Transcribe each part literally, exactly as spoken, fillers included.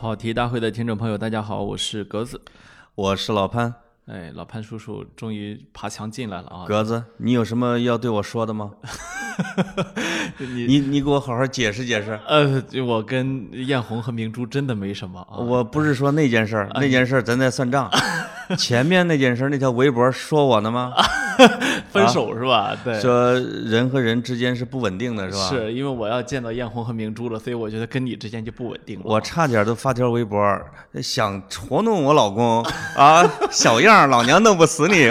跑题大会的听众朋友，大家好，我是格子， 我是老潘。 哎，老潘叔叔终于爬墙进来了啊！ 格子，你有什么要对我说的吗？ 你你你给我好好解释解释。 呃，我跟艳红和明珠真的没什么啊。 我不是说那件事儿，那件事儿咱再算账。前面那件事儿，那条微博说我呢吗？ 分手是吧？对， 说人和人之间是不稳定的，是吧？ 是因为我要见到艳红和明珠了，所以我觉得跟你之间就不稳定了。 我差点都发条微博，想戳弄我老公啊，小样，老娘弄不死你！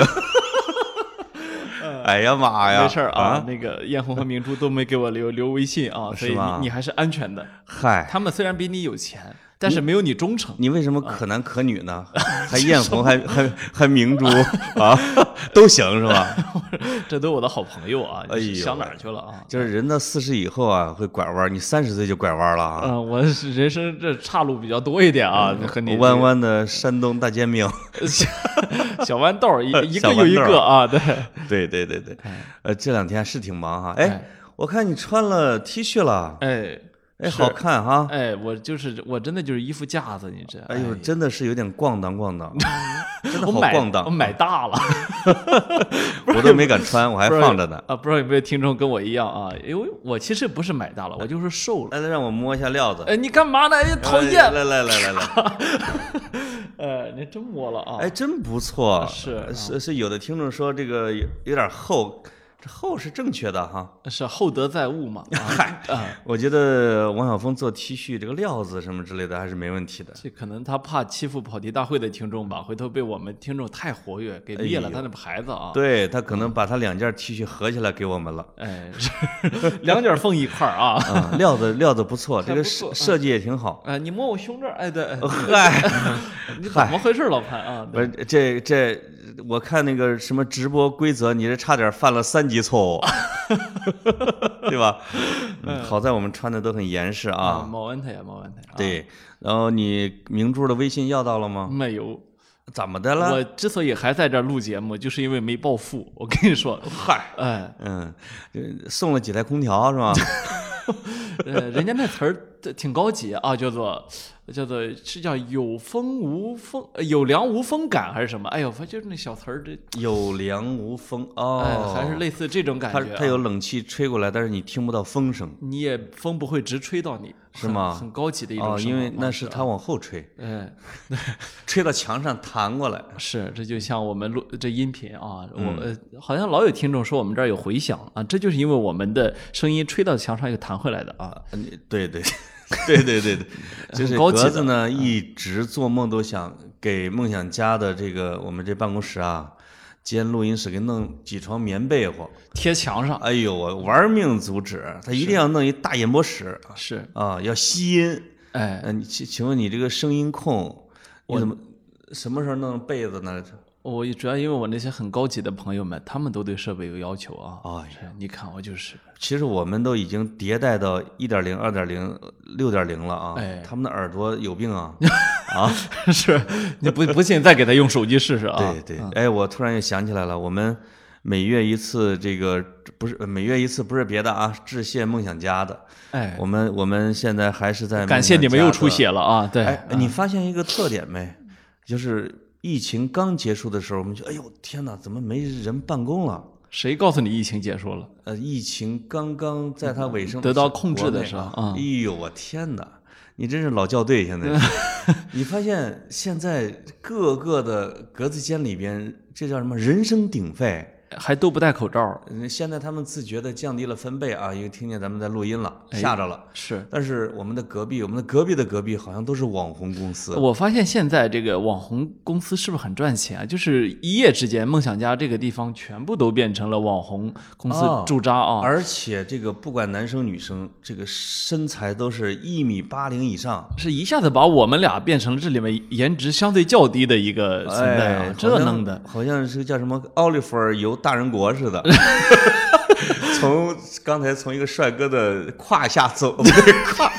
哎呀妈呀！ 没事啊，啊那个艳红和明珠都没给我留留微信啊，所以你你还是安全的。 嗨， 他们虽然比你有钱，但是没有你忠诚。 你为什么可男可女呢？还艳红，还还还明珠啊，都行是吧？ 这都我的好朋友啊！ 哎呦， 想哪儿去了啊？ 就是人到四十以后啊，会拐弯，你三十岁就拐弯了啊。 嗯，我人生这岔路比较多一点啊，和你弯弯的山东大煎饼， 小豌豆一一个又一个啊，对对对对对，呃，这两天是挺忙哈。哎，我看你穿了 T 恤了， 哎。 哎，好看哈！ 哎，我就是我真的就是衣服架子，你这。 哎呦，真的是有点咣当咣当，真的好逛咣当。 我买大了， 我都没敢穿，我还放着呢。 啊，不知道有没有听众跟我一样啊？因为我其实不是买大了，我就是瘦了。 来来，让我摸一下料子。 哎，你干嘛呢？哎，讨厌！ 来来来来来。 哎，你真摸了啊！ 哎，真不错。 是是是，有的听众说这个有有点厚。这厚是正确的哈， 是厚德载物嘛？ 嗨、啊，我觉得王晓峰做 T 恤这个料子什么之类的还是没问题的。 这可能他怕欺负跑题大会的听众吧，回头被我们听众太活跃给灭了他的牌子啊。 哎、对他可能把他两件 T 恤合起来给我们了。 哎，两件缝一块儿啊。 嗯，料子料子不错，这个设设计也挺好。 哎，你摸我胸这儿，哎对。 嗨， 你怎么回事，老潘啊？ 不是这这，我看那个什么直播规则，你这差点犯了三级错误。对吧、嗯？好在我们穿的都很严实啊。 没问题啊，没问题。 对，然后你明珠的微信要到了吗？ 没有。 怎么的了？ 我之所以还在这儿录节目，就是因为没暴富。我跟你说， 嗨， 哎， 嗯，送了几台空调是吧？ 呃，人家那词儿挺高级啊，叫做叫做是叫有风无风，有凉无风感还是什么？哎呦，反正就是那小词儿，这有凉无风哦、 哎，还是类似这种感觉、啊。 它它有冷气吹过来，但是你听不到风声， 你也风不会直吹到你， 是吗？ 很, 很高级的一种、 哦，因为那是它往后吹， 哎， 吹到墙上弹过来。 是，这就像我们录这音频啊， 嗯、 我呃好像老有听众说我们这儿有回响啊，这就是因为我们的声音吹到墙上又弹回来的啊。 对对对对对对，就是格子呢一直做梦都想给梦想家的这个我们这办公室啊兼录音室给弄几床棉被窝贴墙上。 哎呦，我玩命阻止他，一定要弄一大演播室。 是啊，要吸音。 哎， 呃、你请请问你这个声音控，你怎么什么时候弄被子呢？ 我主要因为我那些很高级的朋友们，他们都对设备有要求啊。 哎， 你看我就是。 其实我们都已经迭代到一点零、二点零、六点零了啊。 哎， 他们的耳朵有病啊啊！ 是，你不不信再给他用手机试试啊。 对对，哎，我突然又想起来了，我们每月一次，这个不是每月一次，不是别的啊，致谢梦想家的。 哎， 我们我们现在还是在感谢你们又出血了啊！对， 哎，你发现一个特点没？就是疫情刚结束的时候，我们就哎呦天哪，怎么没人办公了？ 谁告诉你疫情结束了？ 呃，疫情刚刚在它尾声得到控制的时候啊！ 哎呦，我天哪！你真是老校对，现在你发现现在各个的格子间里边，这叫什么人声鼎沸， 还都不戴口罩。 现在他们自觉的降低了分贝啊，因为听见咱们在录音了，吓着了。 哎、是， 但是我们的隔壁，我们的隔壁的隔壁好像都是网红公司。 我发现现在这个网红公司是不是很赚钱啊？就是一夜之间，梦想家这个地方全部都变成了网红公司驻扎啊！ 哦、而且这个不管男生女生，这个身材都是一米八零以上， 是一下子把我们俩变成了这里面颜值相对较低的一个存在啊！ 哎、 这弄的好像是叫什么奥利弗游大人国似的。从刚才从一个帅哥的胯下走，胯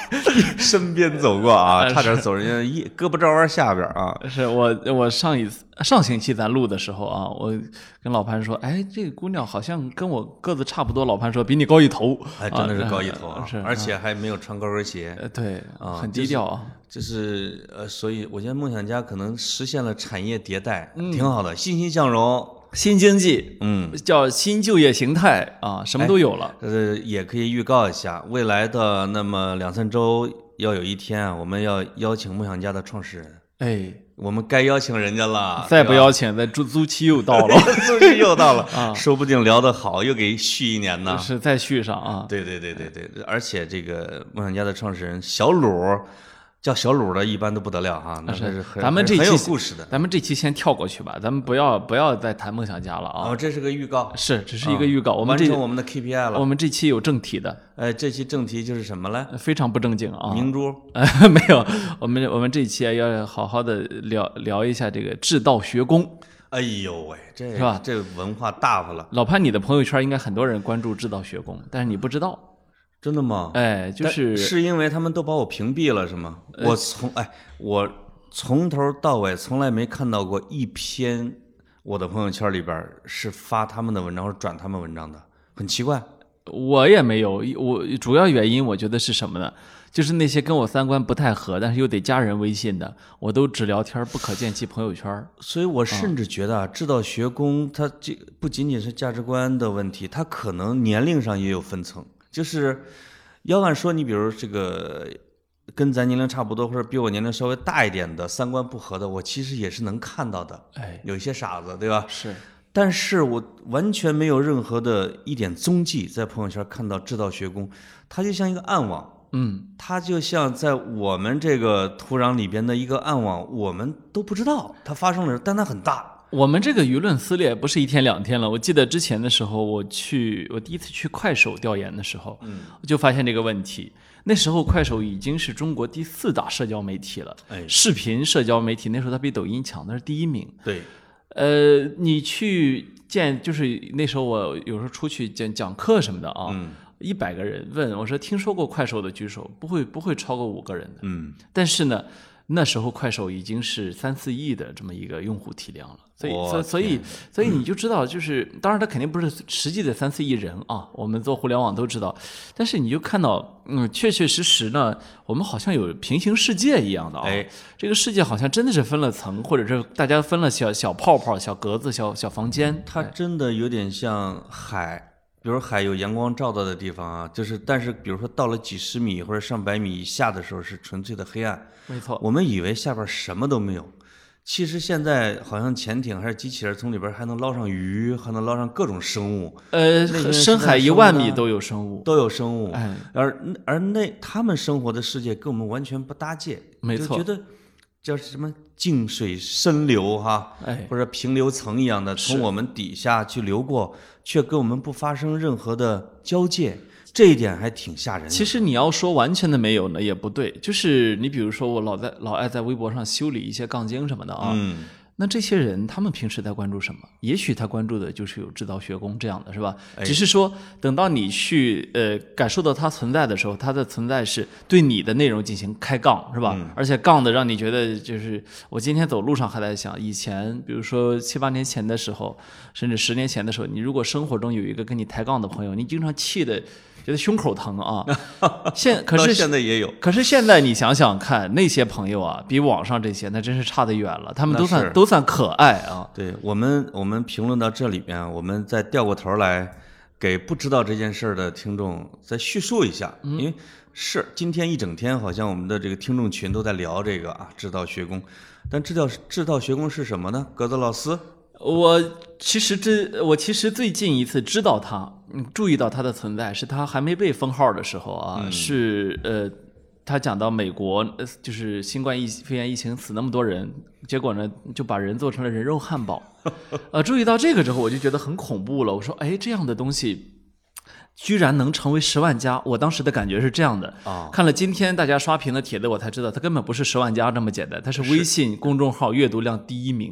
身边走过啊，差点走人家一胳膊肘弯下边啊。 是我我上一次上星期咱录的时候啊，我跟老潘说，哎，这个姑娘好像跟我个子差不多。老潘说比你高一头， 哎，真的是高一头啊， 啊是而且还没有穿高跟鞋。 呃，对啊， 很低调啊。 就是呃，所以我觉得梦想家可能实现了产业迭代，嗯、挺好的，欣欣向荣。 新经济， 嗯， 叫新就业形态啊，什么都有了。 呃，也可以预告一下，未来的那么两三周，要有一天啊，我们要邀请梦想家的创始人。 哎， 我们该邀请人家了， 再不邀请，那租租期又到了， 租期又到了啊， 说不定聊得好，又给续一年呢。 是再续上啊。 对对对对对，而且这个梦想家的创始人小鲁。叫小鲁的一般都不得了哈，那是很咱们这期很有故事的。 咱们这期先跳过去吧，咱们不要不要再谈梦想家了啊。 哦，这是个预告， 是只是一个预告。我们完成我们的 K P I 了。 我们这期有正题的。 呃，这期正题就是什么嘞？ 非常不正经啊。 明珠？ 呃，没有，我们我们这期要好好的聊聊一下这个制道学宫。 哎呦喂，这是吧？ 这文化大发了。 老潘，你的朋友圈应该很多人关注制道学宫，但是你不知道。 真的吗？ 哎，就是是因为他们都把我屏蔽了是吗？我从哎，我从头到尾从来没看到过一篇我的朋友圈里边是发他们的文章或者转他们文章的，很奇怪。 我也没有，我主要原因我觉得是什么呢？就是那些跟我三观不太合，但是又得加人微信的，我都只聊天不可见其朋友圈。 所以我甚至觉得啊，制道学宫它这不仅仅是价值观的问题，它可能年龄上也有分层。就是要按说，你比如这个跟咱年龄差不多，或者比我年龄稍微大一点的，三观不合的，我其实也是能看到的。 哎， 有一些傻子，对吧？ 是， 但是我完全没有任何的一点踪迹在朋友圈看到制道学宫，它就像一个暗网。 嗯， 它就像在我们这个土壤里边的一个暗网，我们都不知道它发生了，但它很大。 我们这个舆论撕裂不是一天两天了。我记得之前的时候，我去我第一次去快手调研的时候，嗯，我就发现这个问题。那时候快手已经是中国第四大社交媒体了， 哎， 视频社交媒体那时候它比抖音强，那是第一名。 对， 呃，你去见，就是那时候我有时候出去讲讲课什么的啊， 嗯， 一百个人问我说听说过快手的举手，不会不会超过五个人的， 嗯， 但是呢。那时候快手已经是三四亿的这么一个用户体量了，所以所以所以所以你就知道，就是当然它肯定不是实际的三四亿人啊，我们做互联网都知道，但是你就看到，嗯，确确实实呢，我们好像有平行世界一样的啊， 哎， 这个世界好像真的是分了层，或者是大家分了小小泡泡、小格子、小小房间， 它真的有点像海。比如海有阳光照到的地方啊，就是但是比如说到了几十米或者上百米以下的时候是纯粹的黑暗。 没错， 我们以为下边什么都没有，其实现在好像潜艇还是机器人从里边还能捞上鱼，还能捞上各种生物。 呃，深海一万米都有生物， 都有生物。 哎， 而而那他们生活的世界跟我们完全不搭界。 没错， 就觉得叫什么静水深流哈， 哎， 或者平流层一样的从我们底下去流过，却跟我们不发生任何的交界，这一点还挺吓人的。 其实你要说完全的没有呢，也不对。就是你比如说，我老在老爱在微博上修理一些杠精什么的啊。 嗯。 那这些人他们平时在关注什么？也许他关注的就是有制道学宫这样的，是吧？ 哎、 只是说等到你去呃感受到它存在的时候，它的存在是对你的内容进行开杠，是吧？ 嗯、 而且杠的让你觉得就是我今天走路上还在想，以前比如说七八年前的时候，甚至十年前的时候，你如果生活中有一个跟你抬杠的朋友，你经常气的觉得胸口疼啊。现可是现在也有， 可是现在你想想看，那些朋友啊，比网上这些那真是差得远了，他们都算都算可爱啊。 对，我们我们评论到这里边，我们再掉过头来给不知道这件事的听众再叙述一下， 嗯、 因为是今天一整天好像我们的这个听众群都在聊这个啊制道学宫，但制道制道学宫是什么呢？格子老师， 我其实这我其实最近一次知道它，嗯，注意到它的存在是它还没被封号的时候啊， 嗯、 是呃。他讲到美国，呃，就是新冠疫肺炎疫情死那么多人，结果呢就把人做成了人肉汉堡，呃，注意到这个之后，我就觉得很恐怖了。我说，哎，这样的东西居然能成为十万加，我当时的感觉是这样的啊。 看了今天大家刷屏的帖子，我才知道它根本不是十万加这么简单，它是微信公众号阅读量第一名。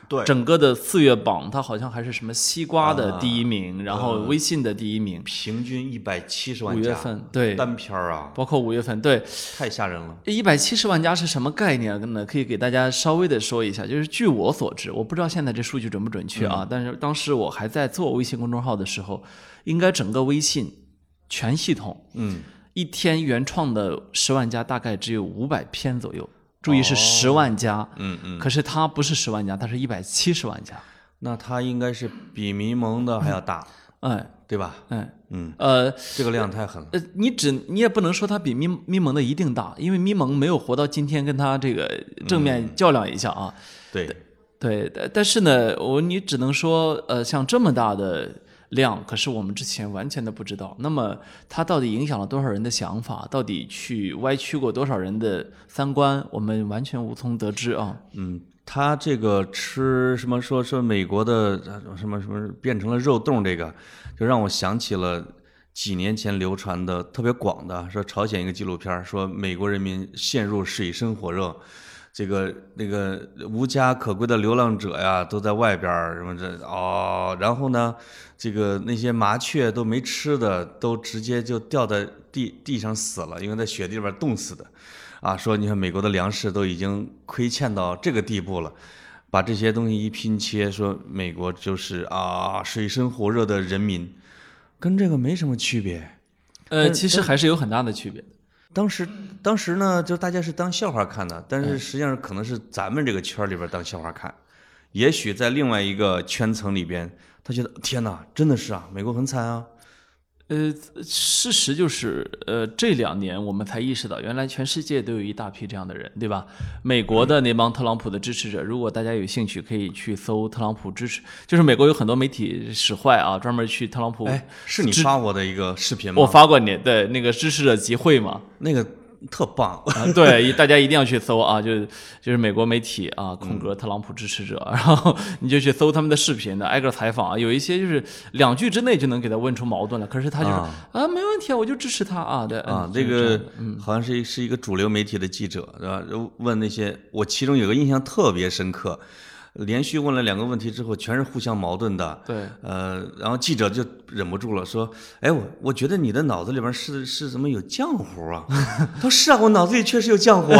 对， 整个的四月榜，它好像还是什么西瓜的第一名，啊、然后微信的第一名， 平均一百七十万加。 五月份对单片啊， 包括五月份对， 太吓人了。 一百七十万加是什么概念呢？可以给大家稍微的说一下，就是据我所知，我不知道现在这数据准不准确啊，嗯、但是当时我还在做微信公众号的时候，应该整个微信全系统， 嗯， 一天原创的十万加大概只有五百篇左右。注意是十万加， 哦、嗯嗯， 可是它不是十万加，它是一百七十万加， 那它应该是比迷蒙的还要大， 哎， 对吧？ 哎， 嗯， 呃， 这个量太狠了。 呃，你只你也不能说它比咪咪蒙的一定大，因为咪蒙没有活到今天跟它这个正面较量一下啊。 嗯、对对，但是呢，我你只能说，呃，像这么大的量，可是我们之前完全的不知道。那么它到底影响了多少人的想法？到底去歪曲过多少人的三观？我们完全无从得知啊。 嗯，他这个吃什么说说美国的什么什么变成了肉冻，这个就让我想起了几年前流传的特别广的，说朝鲜一个纪录片，说美国人民陷入水深火热。这个那个无家可归的流浪者呀，都在外边什么这哦，然后呢，这个那些麻雀都没吃的，都直接就掉在地地上死了，因为在雪地里边冻死的，啊，说你看美国的粮食都已经亏欠到这个地步了，把这些东西一拼切，说美国就是啊水深火热的人民，跟这个没什么区别， 呃，其实还是有很大的区别的。 当时，当时呢，就大家是当笑话看的，但是实际上可能是咱们这个圈里边当笑话看，也许在另外一个圈层里边，他觉得天哪，真的是啊，美国很惨啊。 呃，事实就是，呃，这两年我们才意识到，原来全世界都有一大批这样的人，对吧？美国的那帮特朗普的支持者，如果大家有兴趣，可以去搜特朗普支持，就是美国有很多媒体使坏啊，专门去特朗普。 哎，是你发我的一个视频吗？ 我发过你，对，那个支持者集会嘛， 那个。特棒、 啊，对，大家一定要去搜啊，就是就是美国媒体啊，空格特朗普支持者，嗯、然后你就去搜他们的视频的，挨个采访啊，有一些就是两句之内就能给他问出矛盾了，可是他就说 啊, 啊没问题啊，我就支持他啊，对啊，这个好像是是一个主流媒体的记者，对吧？问那些，我其中有个印象特别深刻。连续问了两个问题之后，全是互相矛盾的。 对， 呃，然后记者就忍不住了，说：“哎，我我觉得你的脑子里边是是怎么有浆糊啊？”他说：“是啊，我脑子里确实有浆糊啊。”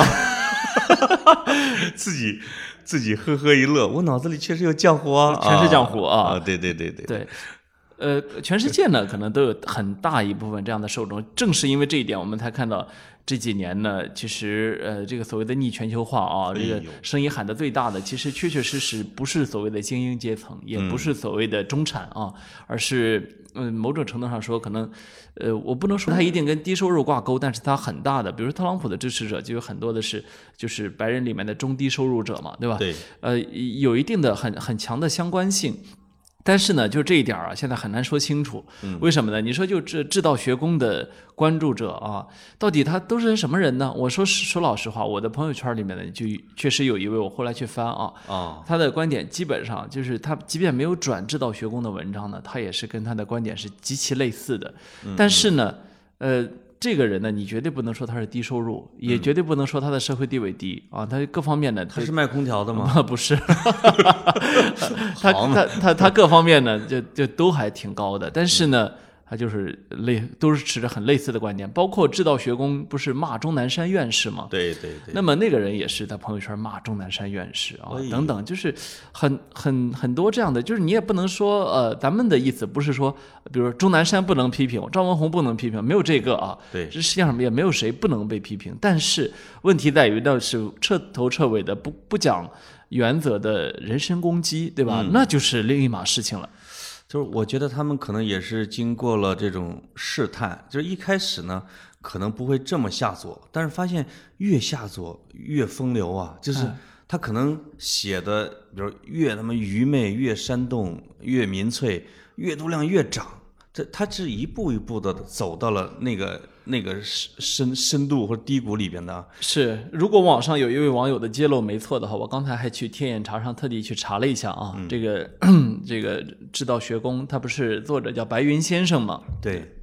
自己自己呵呵一乐，我脑子里确实有浆糊啊， 全是浆糊啊！ 啊，对对对对对。呃，全世界呢，可能都有很大一部分这样的受众。正是因为这一点，我们才看到这几年呢，其实呃，这个所谓的逆全球化啊，这个声音喊得最大的，其实确确实实不是所谓的精英阶层，也不是所谓的中产啊，而是嗯，某种程度上说，可能呃，我不能说它一定跟低收入挂钩，但是它很大的，比如特朗普的支持者就有很多的是就是白人里面的中低收入者嘛，对吧？ 对， 呃，有一定的很很强的相关性。但是呢，就这一点啊，现在很难说清楚。为什么呢？你说就这制道学宫的关注者啊，到底他都是什么人呢？我说说老实话，我的朋友圈里面呢，就确实有一位，我后来去翻啊， 啊， 他的观点基本上就是他即便没有转制道学宫的文章呢，他也是跟他的观点是极其类似的。但是呢，呃。这个人呢，你绝对不能说他是低收入，也绝对不能说他的社会地位低啊。他各方面呢， 他是卖空调的吗？ 不是，他他他他各方面呢，就就都还挺高的。但是呢，他就是类都是持着很类似的观点，包括制道学宫不是骂钟南山院士吗？ 对对对。 那么那个人也是在朋友圈骂钟南山院士啊，等等，就是很很很多这样的，就是你也不能说呃，咱们的意思不是说，比如说钟南山不能批评，赵文宏不能批评，没有这个啊。 对， 这世界上也没有谁不能被批评，但是问题在于那是彻头彻尾的不不讲原则的人身攻击，对吧？ 嗯、 那就是另一码事情了。 就是我觉得他们可能也是经过了这种试探，就是一开始呢可能不会这么下作，但是发现越下作越风流啊，就是他可能写的，比如越他妈愚昧、越煽动、越民粹，阅读量越涨。这他是一步一步的走到了那个那个深深度或者低谷里边的。 是，如果网上有一位网友的揭露没错的话，我刚才还去天眼查上特地去查了一下啊，嗯、这个这个制道学宫，他不是作者叫白云先生吗？ 对，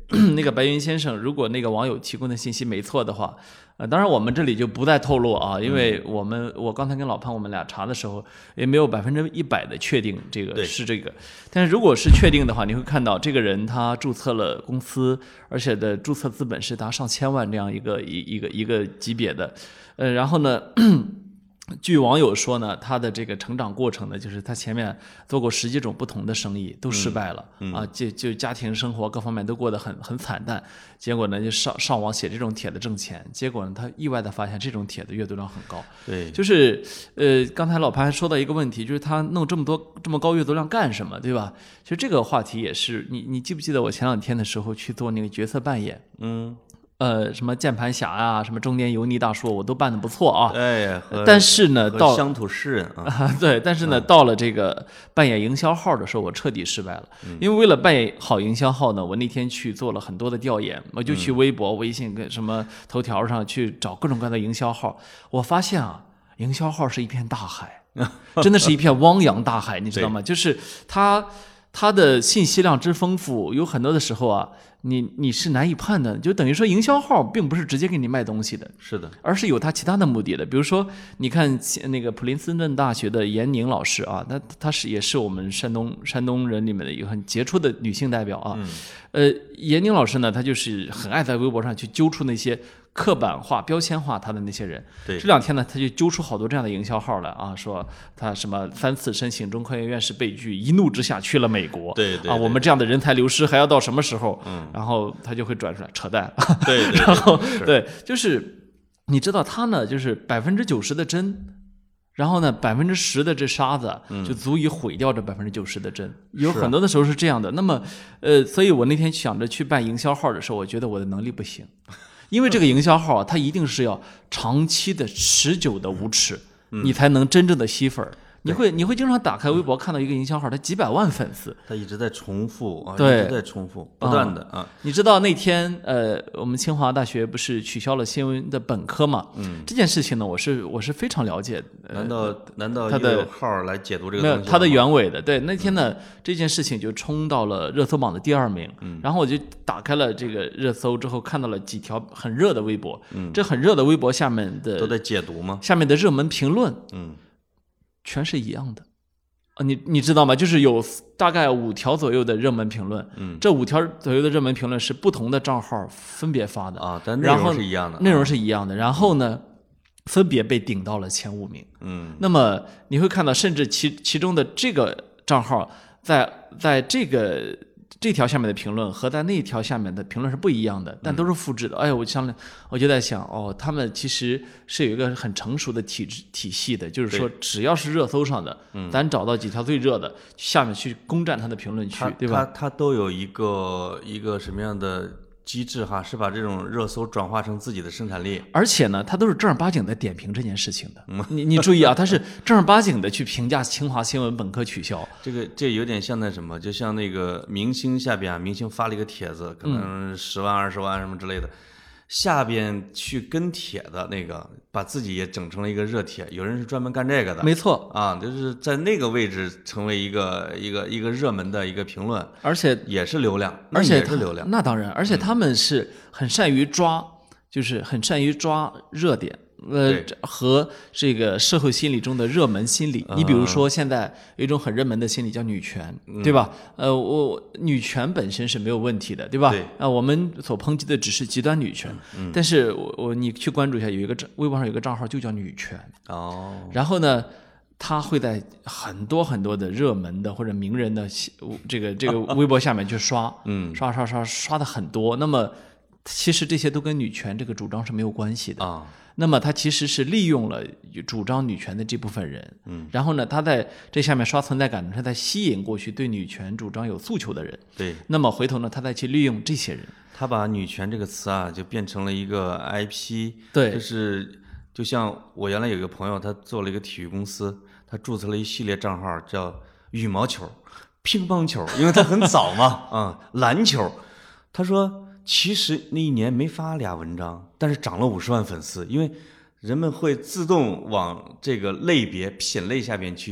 那个白云先生，如果那个网友提供的信息没错的话，呃，当然我们这里就不再透露啊，因为我们我刚才跟老潘我们俩查的时候，也没有百分之一百的确定这个是这个，但是如果是确定的话，你会看到这个人他注册了公司，而且的注册资本是达上千万这样一个一一个一个级别的，呃，然后呢。据网友说呢，他的这个成长过程呢，就是他前面做过十几种不同的生意，都失败了、嗯嗯、啊，就就家庭生活各方面都过得很很惨淡。结果呢，就上上网写这种帖子挣钱。结果呢，他意外的发现这种帖子阅读量很高。 对， 就是呃，刚才老潘还说到一个问题，就是他弄这么多这么高阅读量干什么，对吧？其实这个话题也是你你记不记得我前两天的时候去做那个角色扮演？嗯。呃，什么键盘侠啊，什么中年油腻大叔，我都办得不错啊。 哎， 但是呢，到乡土诗人啊， 啊对，但是呢，嗯、到了这个扮演营销号的时候，我彻底失败了。嗯、因为为了扮演好营销号呢，我那天去做了很多的调研，我就去微博、嗯、微信跟什么头条上去找各种各样的营销号。我发现啊，营销号是一片大海，真的是一片汪洋大海，你知道吗？就是它它的信息量之丰富，有很多的时候啊。你你是难以判断，就等于说营销号并不是直接给你卖东西的， 是的， 而是有它其他的目的的。比如说，你看那个普林斯顿大学的严宁老师啊，她她是也是我们山东山东人里面的一个很杰出的女性代表啊。嗯、呃，严宁老师呢，她就是很爱在微博上去揪出那些刻板化、标签化他的那些人。 对， 这两天呢，他就揪出好多这样的营销号来啊，说他什么三次申请中科院院士被拒，一怒之下去了美国。 对 对, 对啊，我们这样的人才流失还要到什么时候？ 嗯， 然后他就会转出来扯淡。 对, 对, 对， 然后对，就是你知道他呢，就是百分之九十的真。然后呢，百分之十的这沙子就足以毁掉这百分之九十的真，嗯、有很多的时候是这样的。那么，呃，所以我那天想着去办营销号的时候，我觉得我的能力不行。因为这个营销号啊，它一定是要长期的、持久的无耻， 嗯、 你才能真正的吸粉。你会你会经常打开微博看到一个营销号，它几百万粉丝， 它一直在重复啊， 对， 一直在重复，不断的啊、嗯。 你知道那天呃，我们清华大学不是取消了新闻的本科嘛？嗯，这件事情呢，我是我是非常了解。 呃、难道难道他的号来解读这个没有他的原委的？对，那天呢，嗯、这件事情就冲到了热搜榜的第二名。嗯，然后我就打开了这个热搜之后，看到了几条很热的微博。嗯，这很热的微博下面的都在解读吗？ 下面的热门评论，嗯，全是一样的。啊，你你知道吗？就是有大概五条左右的热门评论，嗯，这五条左右的热门评论是不同的账号分别发的啊，但内容是一样的， 内容是一样的。然后呢，分别被顶到了前五名， 嗯， 那么你会看到，甚至其其中的这个账号在在这个这条下面的评论和在那条下面的评论是不一样的，但都是复制的。哎呀，我想我就在想，哦，他们其实是有一个很成熟的体制体系的，就是说，只要是热搜上的，咱找到几条最热的，下面去攻占他的评论区，对吧？ 他他都有一个一个什么样的机制哈，是把这种热搜转化成自己的生产力， 而且呢，他都是正儿八经的点评这件事情的。嗯、你你注意啊，他是正儿八经的去评价清华新闻本科取消。 这个这有点像那什么，就像那个明星下边啊，明星发了一个帖子，可能十万、二十万什么之类的。嗯，下边去跟帖的那个，把自己也整成了一个热帖，有人是专门干这个的， 没错啊，就是在那个位置成为一个一个一个热门的一个评论， 而且也是流量， 而且也是流量， 那当然，而且他们是很善于抓，嗯、就是很善于抓热点。呃，和这个社会心理中的热门心理，你比如说现在有一种很热门的心理叫女权， 嗯、 对吧？呃，我女权本身是没有问题的，对吧？ 对。 啊、呃，我们所抨击的只是极端女权，嗯、但是我我你去关注一下，有一个微博上有一个账号就叫女权哦， 然后呢，他会在很多很多的热门的或者名人的这个这个微博下面去刷， 嗯， 刷刷刷刷的很多。那么其实这些都跟女权这个主张是没有关系的啊。 那么他其实是利用了主张女权的这部分人，嗯，然后呢，他在这下面刷存在感，他在吸引过去对女权主张有诉求的人， 对。 那么回头呢，他再去利用这些人， 他把女权这个词啊，就变成了一个 I P， 对， 就是就像我原来有一个朋友，他做了一个体育公司，他注册了一系列账号，叫羽毛球、乒乓球，因为他很早嘛，啊、嗯，篮球，他说。其实那一年没发俩文章，但是涨了五十万粉丝，因为人们会自动往这个类别品类下边去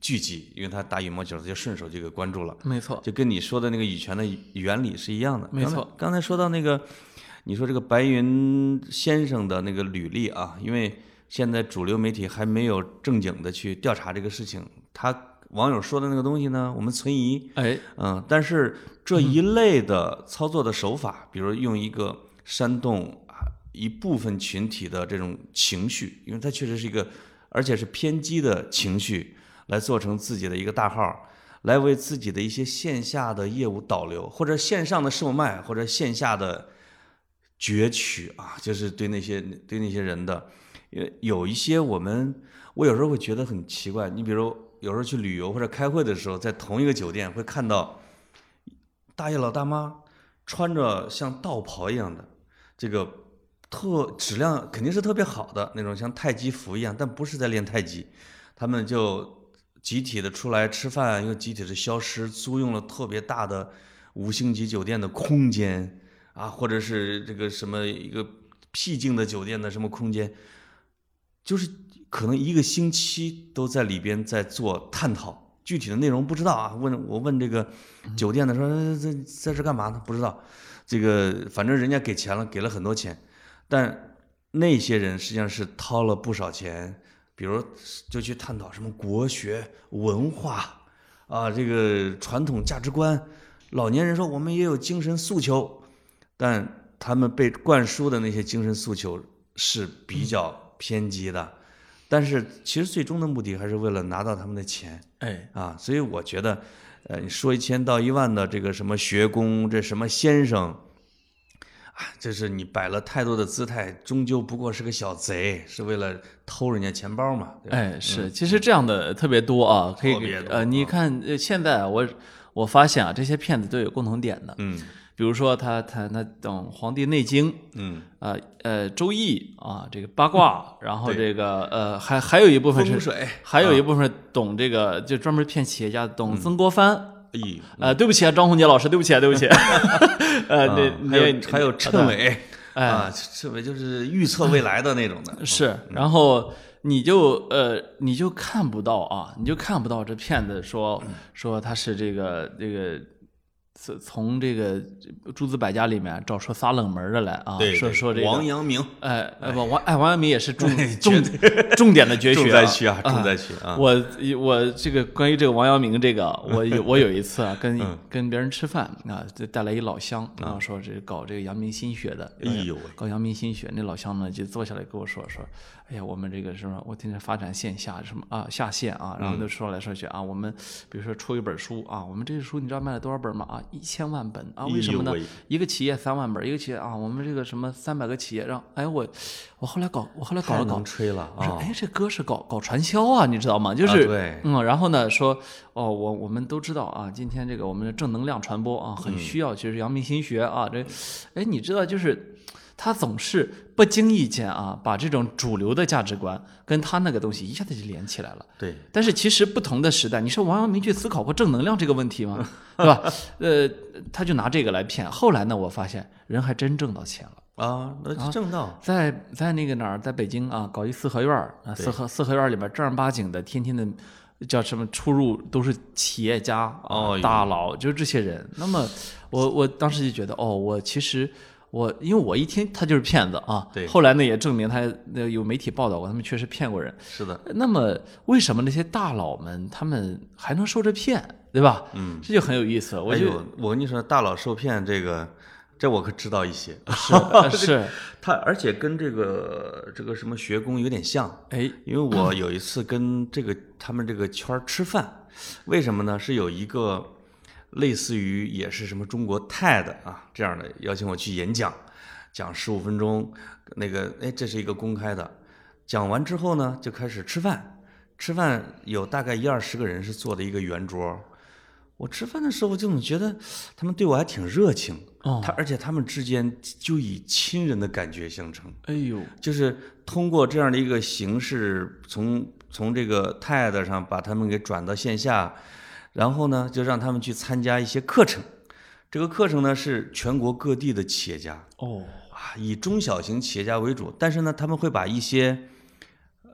聚集，因为他打羽毛球，他就顺手就给关注了。 没错， 就跟你说的那个羽拳的原理是一样的。 没错。 刚才，刚才说到那个，你说这个白云先生的那个履历啊，因为现在主流媒体还没有正经的去调查这个事情，他网友说的那个东西呢，我们存疑。 哎， 嗯，但是这一类的操作的手法，比如用一个煽动啊一部分群体的这种情绪，因为它确实是一个，而且是偏激的情绪。来做成自己的一个大号，来为自己的一些线下的业务导流，或者线上的售卖，或者线下的攫取啊，就是对那些对那些人的，有一些我们我有时候会觉得很奇怪，你比如有时候去旅游或者开会的时候，在同一个酒店会看到大爷老大妈穿着像道袍一样的这个特质量肯定是特别好的那种，像太极服一样，但不是在练太极，他们就集体的出来吃饭，又集体的消失，租用了特别大的五星级酒店的空间啊，或者是这个什么一个僻静的酒店的什么空间，就是可能一个星期都在里边在做探讨，具体的内容不知道啊。问我问这个酒店的说在在这干嘛呢？不知道。这个反正人家给钱了，给了很多钱，但那些人实际上是掏了不少钱。比如就去探讨什么国学文化啊，这个传统价值观。老年人说我们也有精神诉求，但他们被灌输的那些精神诉求是比较偏激的，但是其实最终的目的还是为了拿到他们的钱。 哎啊，所以我觉得，呃，你说一千到一万的这个什么学宫，这什么先生。啊，这是你摆了太多的姿态，终究不过是个小贼，是为了偷人家钱包嘛？对吧？ 哎，是，其实这样的特别多啊，可以呃，你看现在我我发现啊，这些骗子都有共同点的， 嗯， 比如说他他他懂《黄帝内经》， 嗯， 呃呃，《周易》啊，这个八卦，然后这个呃，还还有一部分是风水， 还有一部分懂这个，就专门骗企业家，懂曾国藩。 哎， 呃，对不起啊，张宏杰老师，对不起啊，对不起。呃，那还有还有谶纬， 哎啊，谶纬就是预测未来的那种的。 是，然后你就呃，你就看不到啊，你就看不到这骗子说说他是这个这个。从这个诸子百家里面找出仨冷门的来啊， 对， 说说这个王阳明， 哎，不王哎王阳明也是重重重点的绝学， 重灾区啊，重灾区啊。 我我这个关于这个王阳明这个，我有我有一次啊，跟跟别人吃饭啊，带来一老乡啊，说这搞这个阳明心学的， 哎呦， 搞阳明心学，那老乡呢就坐下来跟我说说，哎呀，我们这个什么，我天天发展线下什么啊下线啊，然后就说来说去啊，我们比如说出一本书啊，我们这个书你知道卖了多少本吗？啊，一千万本啊，为什么呢？一个企业三万本，一个企业啊，我们这个什么三百个企业让，哎我我后来搞我后来搞了搞， 吹了， 我说哎这哥是搞搞传销啊，你知道吗？就是对， 嗯，然后呢说哦我我们都知道啊，今天这个我们的正能量传播啊很需要，其实阳明心学啊这，哎你知道就是。他总是不经意间啊，把这种主流的价值观跟他那个东西一下子就连起来了。 对， 但是其实不同的时代，你说王阳明去思考过正能量这个问题吗？对吧？呃，他就拿这个来骗。后来呢，我发现人还真挣到钱了啊，那挣到。 啊、在在那个哪儿，在北京啊，搞一四合院啊，四合四合院里边正儿八经的，天天的叫什么出入都是企业家啊、 哦、 大佬，就是这些人。那么我我当时就觉得，哦，我其实。我因为我一听他就是骗子啊， 对。 后来呢也证明他有媒体报道过，他们确实骗过人。 是的。 那么为什么那些大佬们他们还能受着骗，对吧？ 嗯， 这就很有意思。我就、 哎、我跟你说，大佬受骗这个，这我可知道一些。 是是， 他而且跟这个这个什么学宫有点像。 哎， 因为我有一次跟这个他们这个圈吃饭，为什么呢？是有一个。类似于也是什么中国泰的啊这样的邀请我去演讲，讲十五分钟，那个哎这是一个公开的，讲完之后呢就开始吃饭，吃饭有大概一二十个人是坐的一个圆桌，我吃饭的时候我就总觉得他们对我还挺热情， 哦， 他而且他们之间就以亲人的感觉相称， 哎呦， 就是通过这样的一个形式，从从这个泰的上把他们给转到线下。然后呢，就让他们去参加一些课程，这个课程呢是全国各地的企业家哦啊，以中小型企业家为主，但是呢，他们会把一些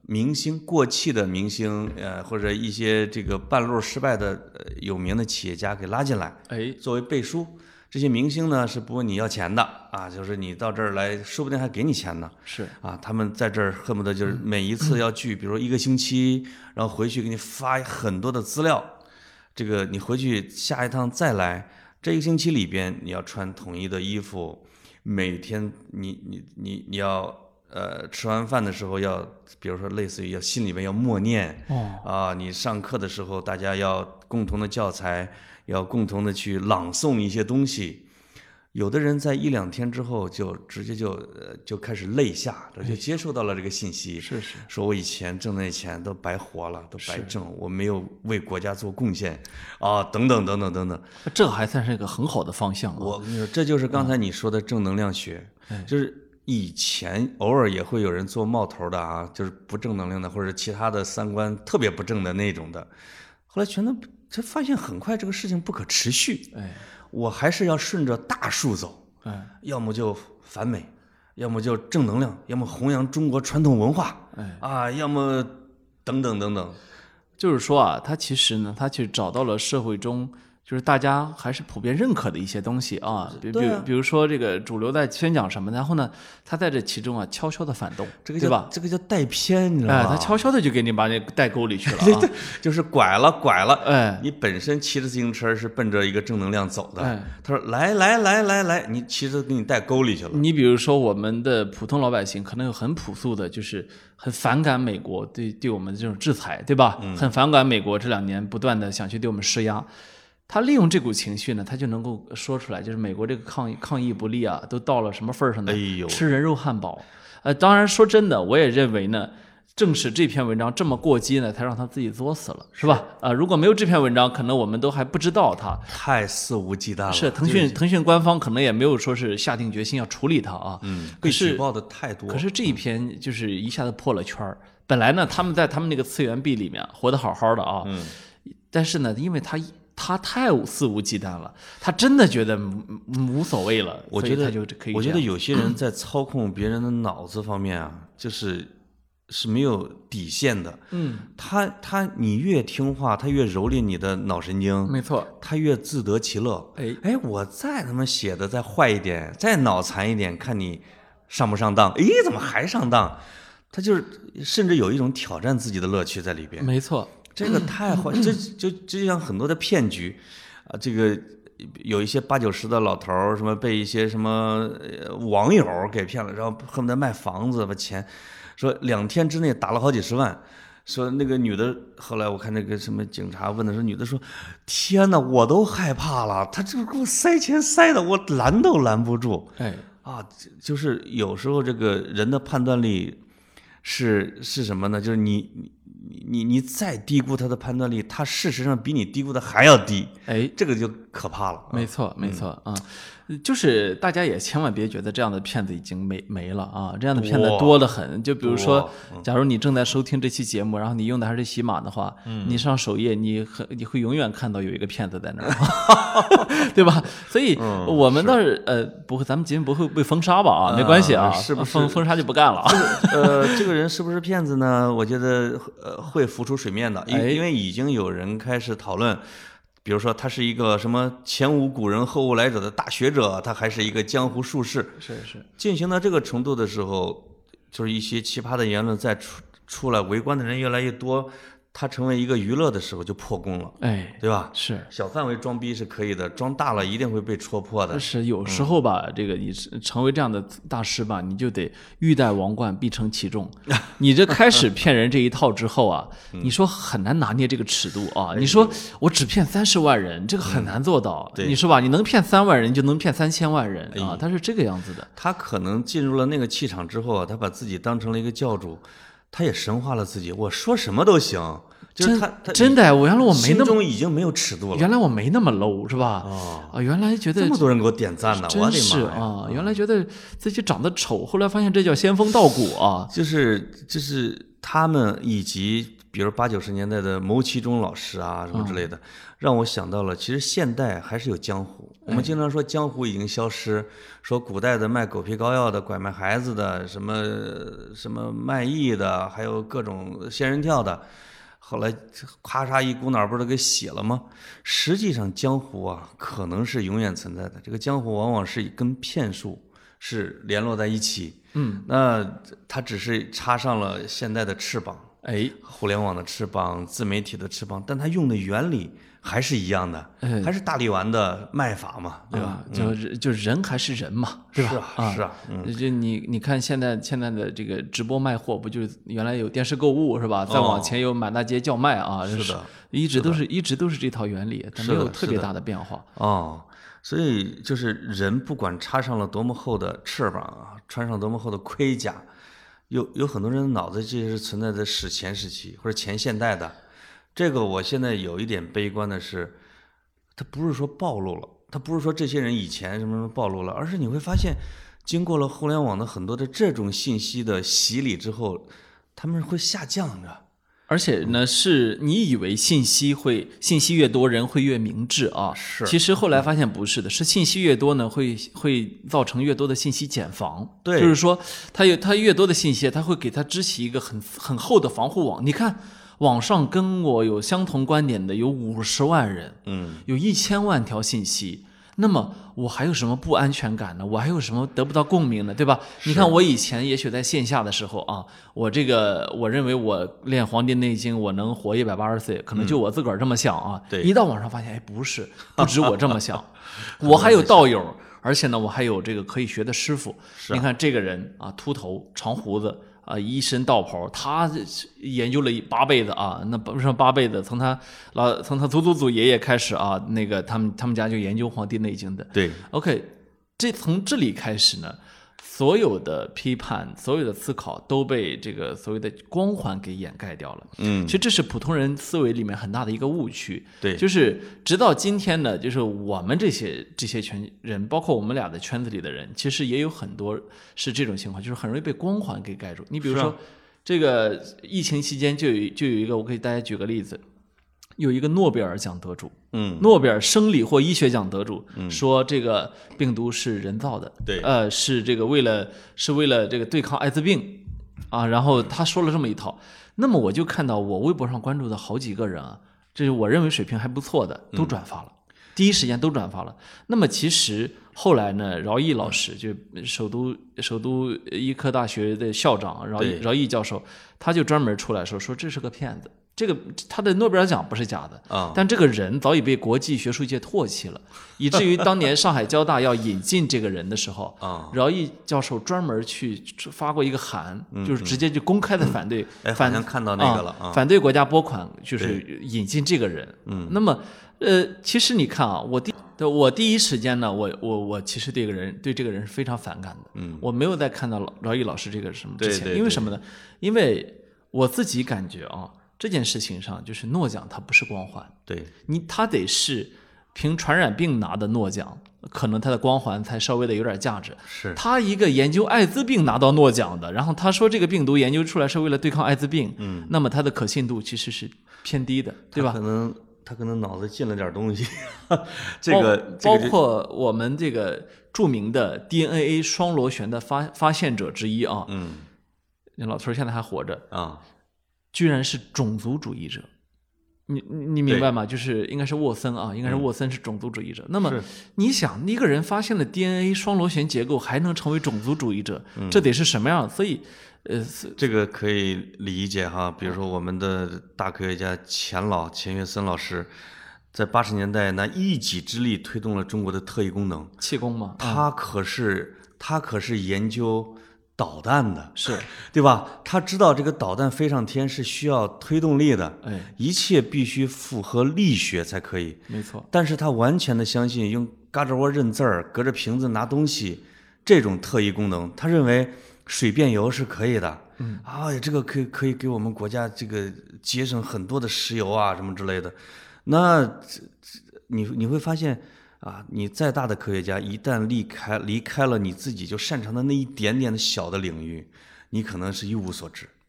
明星过气的明星，呃，或者一些这个半路失败的、呃、有名的企业家给拉进来， 哎， 作为背书。这些明星呢是不问你要钱的啊，就是你到这儿来，说不定还给你钱呢。 是啊，他们在这儿恨不得就是每一次要聚，比如说一个星期，然后回去给你发很多的资料，这个你回去下一趟再来，这一个星期里边你要穿统一的衣服，每天你你你你要呃吃完饭的时候要，比如说类似于要心里面要默念， 哦啊，你上课的时候大家要共同的教材。要共同的去朗诵一些东西，有的人在一两天之后就直接就呃就开始泪下，就接受到了这个信息， 是是， 说我以前挣那钱都白活了，都白挣，我没有为国家做贡献啊，等等等等等等， 这还算是一个很好的方向啊。 我跟你说，这就是刚才你说的正能量学， 嗯、 就是以前偶尔也会有人做冒头的啊，就是不正能量的或者其他的三观特别不正的那种的，后来全都。他发现很快这个事情不可持续， 哎， 我还是要顺着大树走， 哎， 要么就反美，要么就正能量，要么弘扬中国传统文化， 哎， 啊，要么等等等等。 就是说啊，他其实呢，他去找到了社会中就是大家还是普遍认可的一些东西啊，比比比如说这个主流在宣讲什么，然后呢，他在这其中啊悄悄的反动， 这个对吧？ 这个叫带偏，你知道吗？ 哎，他悄悄的就给你把那带沟里去了、啊， 对对，就是拐了拐了。 哎， 你本身骑着自行车是奔着一个正能量走的， 哎， 他说来来来来来，你骑着给你带沟里去了。 你比如说我们的普通老百姓，可能有很朴素的，就是很反感美国对对我们的这种制裁，对吧？ 嗯、 很反感美国这两年不断的想去对我们施压。他利用这股情绪呢，他就能够说出来，就是美国这个抗抗疫不力啊，都到了什么份儿上呢？ 哎呦， 吃人肉汉堡。呃，当然说真的，我也认为呢，正是这篇文章这么过激呢，才让他自己作死了，是吧？啊、呃，如果没有这篇文章，可能我们都还不知道他太肆无忌惮了。 是腾讯、就是、腾讯官方可能也没有说是下定决心要处理他啊。 嗯，被举报的太多。 可是这一篇就是一下子破了圈儿。本来呢，他们在他们那个次元壁里面活得好好的啊， 嗯， 但是呢，因为他。他太肆无忌惮了，他真的觉得无所谓了。 我觉得他就可以。 我觉得有些人在操控别人的脑子方面啊，就是是没有底线的。 嗯， 他他你越听话，他越蹂躏你的脑神经。 没错， 他越自得其乐。 哎哎，我再他妈写的再坏一点，再脑残一点，看你上不上当。哎，怎么还上当？他就是甚至有一种挑战自己的乐趣在里边。 没错。 这个太坏，这就就像很多的骗局啊，这个有一些八九十的老头儿，什么被一些什么网友给骗了，然后恨不得卖房子把钱，说两天之内打了好几十万，说那个女的，后来我看那个什么警察问的时候，女的说：“天哪，我都害怕了，他这给我塞钱塞的，我拦都拦不住。” 哎啊，就是有时候这个人的判断力是是什么呢？就是你你。你你你再低估他的判断力，他事实上比你低估的还要低， 哎， 这个就可怕了。 没错，没错啊、嗯，就是大家也千万别觉得这样的骗子已经没没了啊，这样的骗子多得很。就比如说，假如你正在收听这期节目，然后你用的还是喜马的话，嗯、你上首页，你很你会永远看到有一个骗子在那儿，对吧？所以我们倒是呃不会，咱们节目不会被封杀吧？啊，没关系啊， 是不是封封杀就不干了啊？ 呃，这个人是不是骗子呢？我觉得呃会浮出水面的，因因为已经有人开始讨论。比如说，他是一个什么前无古人后无来者的大学者，他还是一个江湖术士。 是是， 进行到这个程度的时候，就是一些奇葩的言论再出出来，围观的人越来越多，他成为一个娱乐的时候就破功了， 哎， 对吧？ 是小范围装逼是可以的，装大了一定会被戳破的。 是有时候吧，嗯、这个你成为这样的大师吧，你就得欲戴王冠，必承其重。你这开始骗人这一套之后啊，你说很难拿捏这个尺度啊。你说我只骗三十万人，这个很难做到。 嗯、 你说吧，你能骗三万人，就能骗三千万人啊，他是这个样子的。 他可能进入了那个气场之后啊，他把自己当成了一个教主，他也神化了自己，我说什么都行。就是他，他真的，我原来我没那么， 心中已经没有尺度了。 原来我没那么 low， 是吧？ 哦， 啊，原来觉得这么多人给我点赞呢，我的妈呀！ 啊，原来觉得自己长得丑，后来发现这叫仙风道骨啊。 就是就是他们以及比如八九十年代的牟其中老师啊什么之类的，让我想到了，其实现代还是有江湖。我们经常说江湖已经消失，说古代的卖狗皮膏药的、拐卖孩子的、什么什么卖艺的，还有各种仙人跳的。后来咔嚓一股脑不是都给洗了吗？实际上江湖啊可能是永远存在的，这个江湖往往是跟骗术是联络在一起， 嗯， 那它只是插上了现代的翅膀， 哎， 互联网的翅膀、自媒体的翅膀，但它用的原理还是一样的， 哎、 还是大力丸的卖法嘛，对吧？ 啊、就就人还是人嘛，对吧？ 是啊， 啊是啊，嗯， 就你你看现在现在的这个直播卖货，不就是原来有电视购物是吧？再往前有满大街叫卖啊， 是的， 一直都是一直都是这套原理，它没有特别大的变化。 哦，所以就是人不管插上了多么厚的翅膀啊，穿上多么厚的盔甲，有有很多人的脑子其实是存在在史前时期或者前现代的。这个我现在有一点悲观的是，他不是说暴露了，他不是说这些人以前什么什么暴露了，而是你会发现，经过了互联网的很多的这种信息的洗礼之后，他们会下降的。 而且呢，是你以为信息会信息越多，人会越明智啊？ 是， 其实后来发现不是的，是信息越多呢，会会造成越多的信息茧房。 对， 就是说，它有它越多的信息，它会给它支起一个很很厚的防护网。你看，网上跟我有相同观点的有五十万人， 嗯， 有一千万条信息。那么我还有什么不安全感呢？我还有什么得不到共鸣呢？对吧？你看我以前也许在线下的时候啊，我这个我认为我练《黄帝内经》我能活一百八十岁，可能就我自个儿这么想啊。 对， 一到网上发现，哎，不是，不止我这么想，我还有道友，而且呢，我还有这个可以学的师傅。 是、 啊，你看这个人啊，秃头长胡子。啊，一身道袍，他研究了八辈子啊，那不是八辈子，从他老从他祖祖祖爷爷开始啊，那个他们他们家就研究《黄帝内经》的。 对 ，OK， 这从这里开始呢，所有的批判、所有的思考都被这个所谓的光环给掩盖掉了。 嗯， 其实这是普通人思维里面很大的一个误区。 对， 就是直到今天呢，就是我们这些这些圈人，包括我们俩的圈子里的人，其实也有很多是这种情况，就是很容易被光环给盖住。你比如说，这个疫情期间就有就有一个，我给大家举个例子。有一个诺贝尔奖得主， 嗯， 诺贝尔生理或医学奖得主，嗯，说这个病毒是人造的， 对， 呃，是这个为了是为了这个对抗艾滋病，啊，然后他说了这么一套，那么我就看到我微博上关注的好几个人啊，这是我认为水平还不错的，都转发了，嗯、第一时间都转发了。那么其实后来呢，饶毅老师就首都首都医科大学的校长饶毅饶毅教授，他就专门出来说说这是个骗子。这个他的诺贝尔奖不是假的啊，但这个人早已被国际学术界唾弃了，以至于当年上海交大要引进这个人的时候啊，饶毅教授专门去发过一个函，就是直接就公开的反对， 哎，好像看到那个了啊，反对国家拨款，就是引进这个人。嗯，那么呃，其实你看啊，我第我第一时间呢，我我我其实对这个人对这个人是非常反感的。嗯，我没有在看到饶毅老师这个什么之前，因为什么呢？因为我自己感觉啊。这件事情上，就是诺奖它不是光环， 对你，它得是凭传染病拿的诺奖，可能它的光环才稍微的有点价值。 是他一个研究艾滋病拿到诺奖的，然后他说这个病毒研究出来是为了对抗艾滋病，嗯，那么它的可信度其实是偏低的，对吧？ 可能他可能脑子进了点东西，这个包包括我们这个著名的 D N A 双螺旋的发发现者之一啊， 嗯， 那老头现在还活着啊。 居然是种族主义者，你你明白吗？就是应该是沃森啊，应该是沃森是种族主义者。嗯、那么你想，一个人发现了 D N A 双螺旋结构，还能成为种族主义者，嗯、这得是什么样？所以，呃， 这个可以理解哈。比如说，我们的大科学家钱老钱学森老师，在八十年代那一己之力推动了中国的特异功能， 气功嘛。 他可是、嗯、他可是研究导弹的， 是对吧？他知道这个导弹飞上天是需要推动力的， 哎， 一切必须符合力学才可以。 没错， 但是他完全的相信用嘎吱窝认字儿、隔着瓶子拿东西这种特异功能，他认为水变油是可以的。嗯，啊，这个可以可以给我们国家这个节省很多的石油啊什么之类的。那你你会发现。啊，你再大的科学家，一旦离开离开了你自己就擅长的那一点点的小的领域，你可能是一无所知。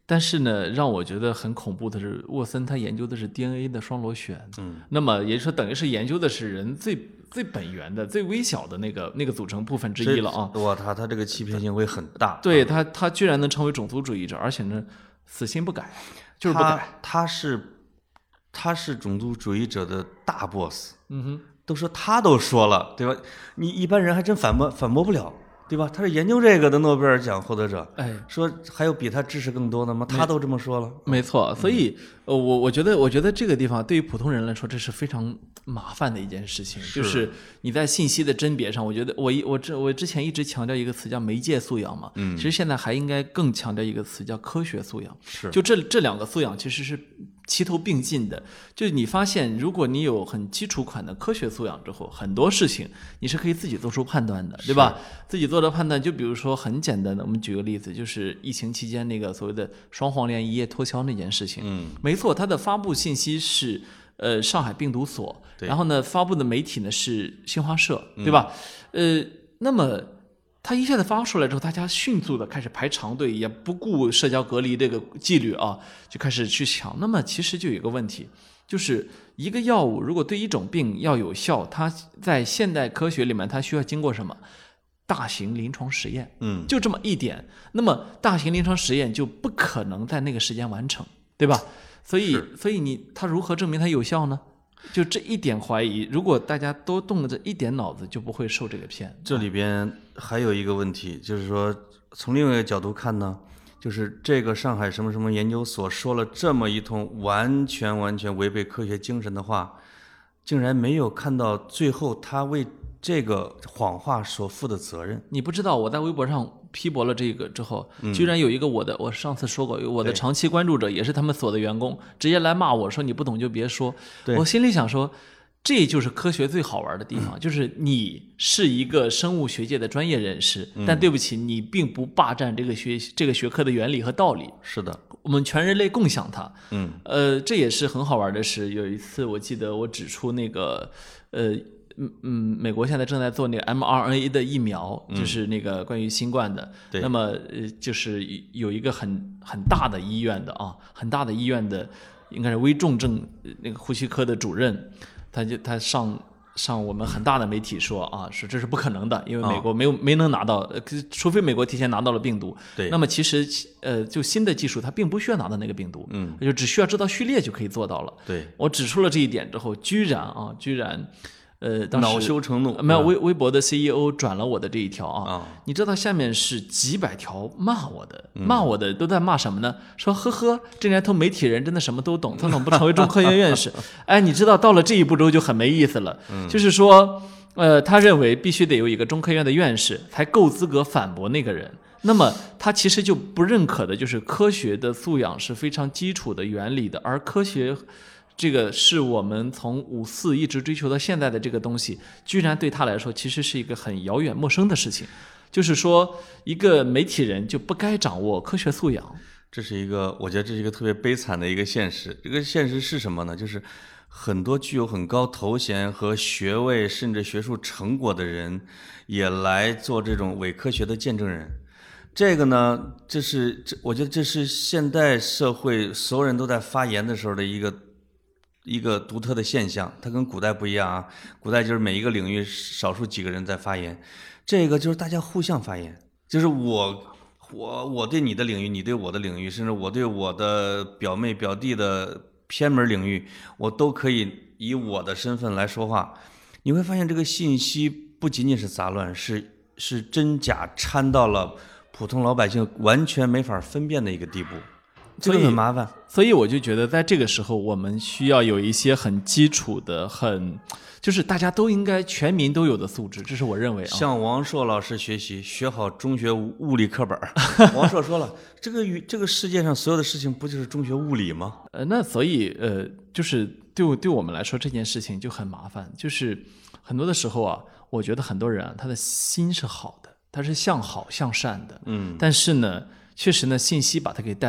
但是呢，让我觉得很恐怖的是，沃森他研究的是 D N A 的双螺旋， 嗯， 那么也就是说，等于是研究的是人最最本源的、最微小的那个那个组成部分之一了啊！ 哇，他他这个欺骗性会很大。 对他，他居然能成为种族主义者，而且呢，死心不改，就是不改。 他他是他是种族主义者的大 boss。 嗯哼， 都说他都说了，对吧？你一般人还真反驳反驳不了。对吧？他是研究这个的诺贝尔奖获得者， 哎， 说还有比他知识更多的吗？他都这么说了， 没错。所以，呃，我我觉得，我觉得这个地方对于普通人来说，这是非常麻烦的一件事情， 是就是你在信息的甄别上，我觉得我一我这我之前一直强调一个词叫媒介素养嘛， 嗯， 其实现在还应该更强调一个词叫科学素养， 是， 就这这两个素养其实是齐头并进的。就是你发现，如果你有很基础款的科学素养之后，很多事情你是可以自己做出判断的，对吧？自己做的判断，就比如说很简单的，我们举个例子，就是疫情期间那个所谓的双黄连一夜脱销那件事情。 嗯， 没错，它的发布信息是呃上海病毒所，然后呢发布的媒体呢是新华社，对吧？嗯、呃，那么它一下子发出来之后，大家迅速的开始排长队，也不顾社交隔离这个纪律啊，就开始去抢。那么其实就有一个问题，就是一个药物如果对一种病要有效，它在现代科学里面它需要经过什么？大型临床实验， 嗯， 就这么一点。那么大型临床实验就不可能在那个时间完成，对吧？所以，所以你它如何证明它有效呢？就这一点怀疑，如果大家都动了这一点脑子，就不会受这个骗。 这里边还有一个问题，就是说从另外一个角度看呢，就是这个上海什么什么研究所说了这么一通完全完全违背科学精神的话，竟然没有看到最后他为这个谎话所负的责任。 你不知道，我在微博上批驳了这个之后，居然有一个我的，我上次说过，我的长期关注者也是他们所的员工，直接来骂我说你不懂就别说。我心里想说，这就是科学最好玩的地方，嗯、就是你是一个生物学界的专业人士，嗯、但对不起，你并不霸占这个学这个学科的原理和道理。 是的， 我们全人类共享它。 嗯， 呃，这也是很好玩的事。有一次我记得我指出那个，呃。嗯嗯，美国现在正在做那个 M R N A 的疫苗， 嗯、 就是那个关于新冠的。 对。 那么呃，就是有一个很很大的医院的啊，很大的医院的，应该是危重症那个呼吸科的主任，他就他上上我们很大的媒体说啊，说这是不可能的，因为美国没有、哦、没能拿到，除非美国提前拿到了病毒。 对。 那么其实呃，就新的技术，它并不需要拿到那个病毒， 嗯， 就只需要知道序列就可以做到了。 对。 我指出了这一点之后，居然啊，居然。呃，当时恼羞成怒， 没有微微博的 C E O 转了我的这一条啊， 哦、 你知道下面是几百条骂我的，骂我的都在骂什么呢？说呵呵，这年头媒体人真的什么都懂，他怎么不成为中科院院士？哎，你知道到了这一步之后就很没意思了， 嗯、 就是说，呃，他认为必须得有一个中科院的院士才够资格反驳那个人。那么他其实就不认可的就是科学的素养是非常基础的原理的，而科学。这个是我们从五四一直追求到现在的这个东西，居然对他来说其实是一个很遥远陌生的事情。就是说，一个媒体人就不该掌握科学素养。 这是一个，我觉得这是一个特别悲惨的一个现实。这个现实是什么呢？就是很多具有很高头衔和学位甚至学术成果的人，也来做这种伪科学的见证人。这个呢，这是这，我觉得这是现代社会所有人都在发言的时候的一个。一个独特的现象，它跟古代不一样啊。古代就是每一个领域少数几个人在发言，这个就是大家互相发言，就是我我我对你的领域，你对我的领域，甚至我对我的表妹表弟的偏门领域，我都可以以我的身份来说话。你会发现这个信息不仅仅是杂乱，是是真假掺到了普通老百姓完全没法分辨的一个地步。这个很麻烦， 所以我就觉得在这个时候，我们需要有一些很基础的、很就是大家都应该全民都有的素质，这是我认为啊。 向王朔老师学习，学好中学物理课本。王朔说了，这个与这个世界上所有的事情不就是中学物理吗？ 呃，那所以呃，就是对对我们来说这件事情就很麻烦，就是很多的时候啊，我觉得很多人啊，他的心是好的，他是向好向善的， 嗯， 但是呢，确实呢，信息把他给带到。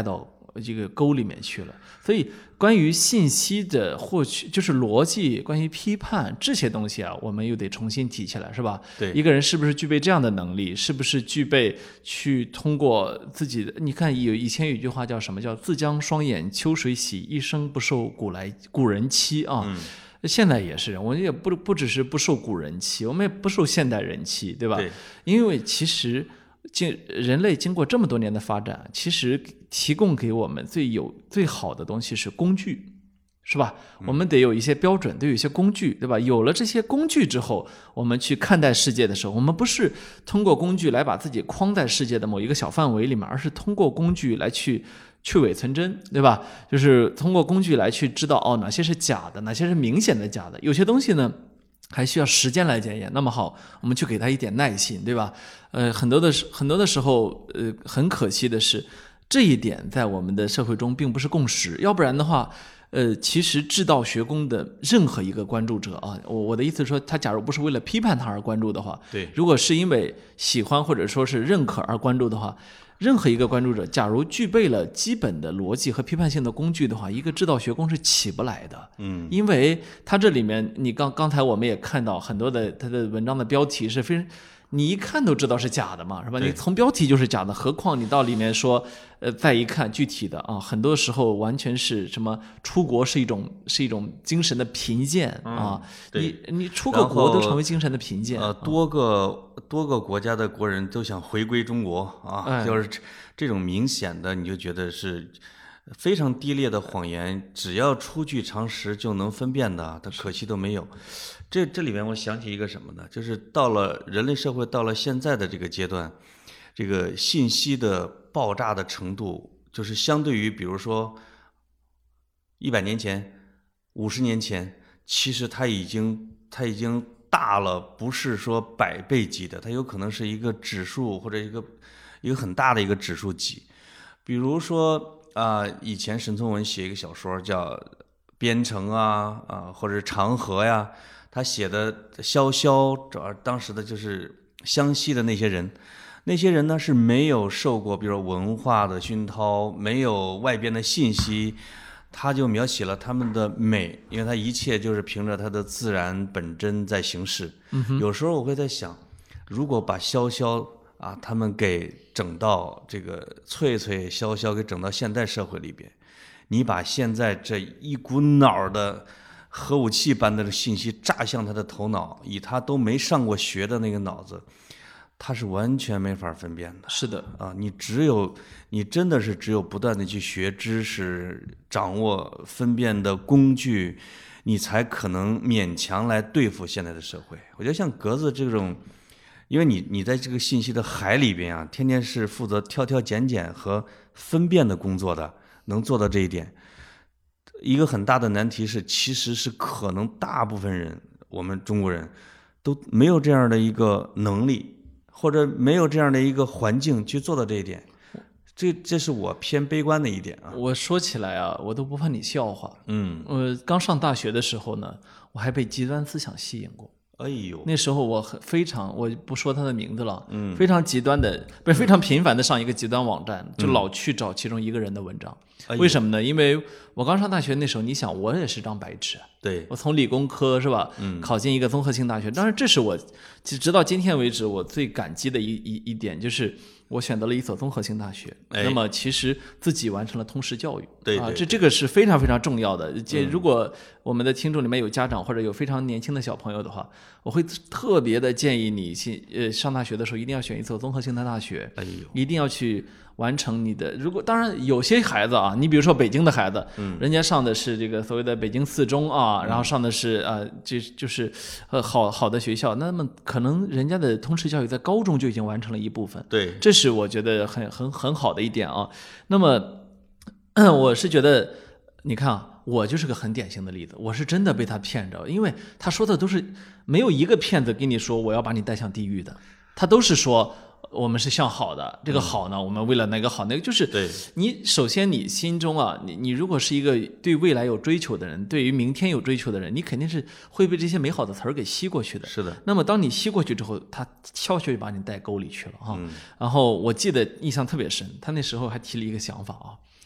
这个沟里面去了。所以关于信息的获取，就是逻辑，关于批判这些东西啊，我们又得重新提起来，是吧？ 对， 一个人是不是具备这样的能力，是不是具备去通过自己的？你看有以前有一句话叫什么？叫自将双眼秋水洗，一生不受古来古人欺啊。 嗯现在也是，我们也不不只是不受古人欺，我们也不受现代人欺，对吧？ 对， 因为其实经人类经过这么多年的发展，其实提供给我们最有最好的东西是工具，是吧？我们得有一些标准，得有一些工具，对吧？有了这些工具之后，我们去看待世界的时候，我们不是通过工具来把自己框在世界的某一个小范围里面，而是通过工具来去去伪存真，对吧？就是通过工具来去知道哦，哪些是假的，哪些是明显的假的。有些东西呢，还需要时间来检验。那么好，我们去给他一点耐心，对吧？呃，很多的时很多的时候，呃，很可惜的是，这一点在我们的社会中并不是共识。要不然的话，呃，其实志道学工的任何一个关注者啊，我我的意思是说，他假如不是为了批判他而关注的话， 对， 如果是因为喜欢或者说是认可而关注的话。任何一个关注者，假如具备了基本的逻辑和批判性的工具的话，一个志道学工是起不来的。 嗯， 因为他这里面，你刚刚才我们也看到很多的他的文章的标题是非常，你一看都知道是假的嘛，是吧？你从标题就是假的，何况你到里面说，呃，再一看具体的啊，很多时候完全是什么出国是一种是一种精神的贫贱啊， 嗯、 你你出个国都成为精神的贫贱。 呃，多个多个国家的国人都想回归中国啊， 哎、 就是这种明显的，你就觉得是非常低劣的谎言，只要出具常识就能分辨的，它可惜都没有。这这里面我想起一个什么呢？就是到了人类社会到了现在的这个阶段，这个信息的爆炸的程度，就是相对于比如说一百年前、五十年前，其实它已经它已经大了，不是说百倍级的，它有可能是一个指数或者一个一个很大的一个指数级。比如说啊、呃，以前沈从文写一个小说叫《边城》啊啊，或者是《长河》呀。他写的萧萧，主要当时的就是湘西的那些人，那些人呢是没有受过，比如说文化的熏陶，没有外边的信息，他就描写了他们的美，因为他一切就是凭着他的自然本真在行事。 嗯、 有时候我会在想，如果把萧萧啊他们给整到这个翠翠萧萧给整到现代社会里边，你把现在这一股脑的核武器般的信息炸向他的头脑，以他都没上过学的那个脑子，他是完全没法分辨的。 是的啊，你只有你真的是只有不断的去学知识，掌握分辨的工具，你才可能勉强来对付现在的社会。我觉得像格子这种，因为你你在这个信息的海里边啊，天天是负责挑挑拣拣和分辨的工作的，能做到这一点。一个很大的难题是，其实是可能大部分人，我们中国人都没有这样的一个能力，或者没有这样的一个环境去做到这一点。这这是我偏悲观的一点啊。 我说起来啊，我都不怕你笑话。 嗯， 我刚上大学的时候呢，我还被极端思想吸引过。 哎呦， 那时候我很非常，我不说他的名字了， 嗯， 非常极端的，不是非常频繁的上一个极端网站，就老去找其中一个人的文章。 哎、 为什么呢？因为我刚上大学那时候，你想我也是张白纸， 对， 我从理工科是吧， 嗯， 考进一个综合性大学。当然，这是我直到今天为止我最感激的一一一点，就是我选择了一所综合性大学。 哎、 那么其实自己完成了通识教育， 对, 对, 对啊， 对， 这这个是非常非常重要的。这如果我们的听众里面有家长或者有非常年轻的小朋友的话，我会特别的建议你去呃上大学的时候一定要选一所综合性的大学， 哎呦， 一定要去完成你的。如果当然有些孩子啊，你比如说北京的孩子， 嗯， 人家上的是这个所谓的北京四中啊，然后上的是呃就就是呃好好的学校，那么可能人家的通识教育在高中就已经完成了一部分， 对， 这是我觉得很很很好的一点啊。那么我是觉得，你看啊。我就是个很典型的例子，我是真的被他骗着，因为他说的都是没有一个骗子跟你说我要把你带向地狱的，他都是说我们是向好的，这个好呢，嗯、我们为了哪个好，那个就是对你首先你心中啊，你你如果是一个对未来有追求的人，对于明天有追求的人，你肯定是会被这些美好的词儿给吸过去的。 是的。 那么当你吸过去之后，他悄悄就把你带沟里去了哈。 嗯、 然后我记得印象特别深，他那时候还提了一个想法啊。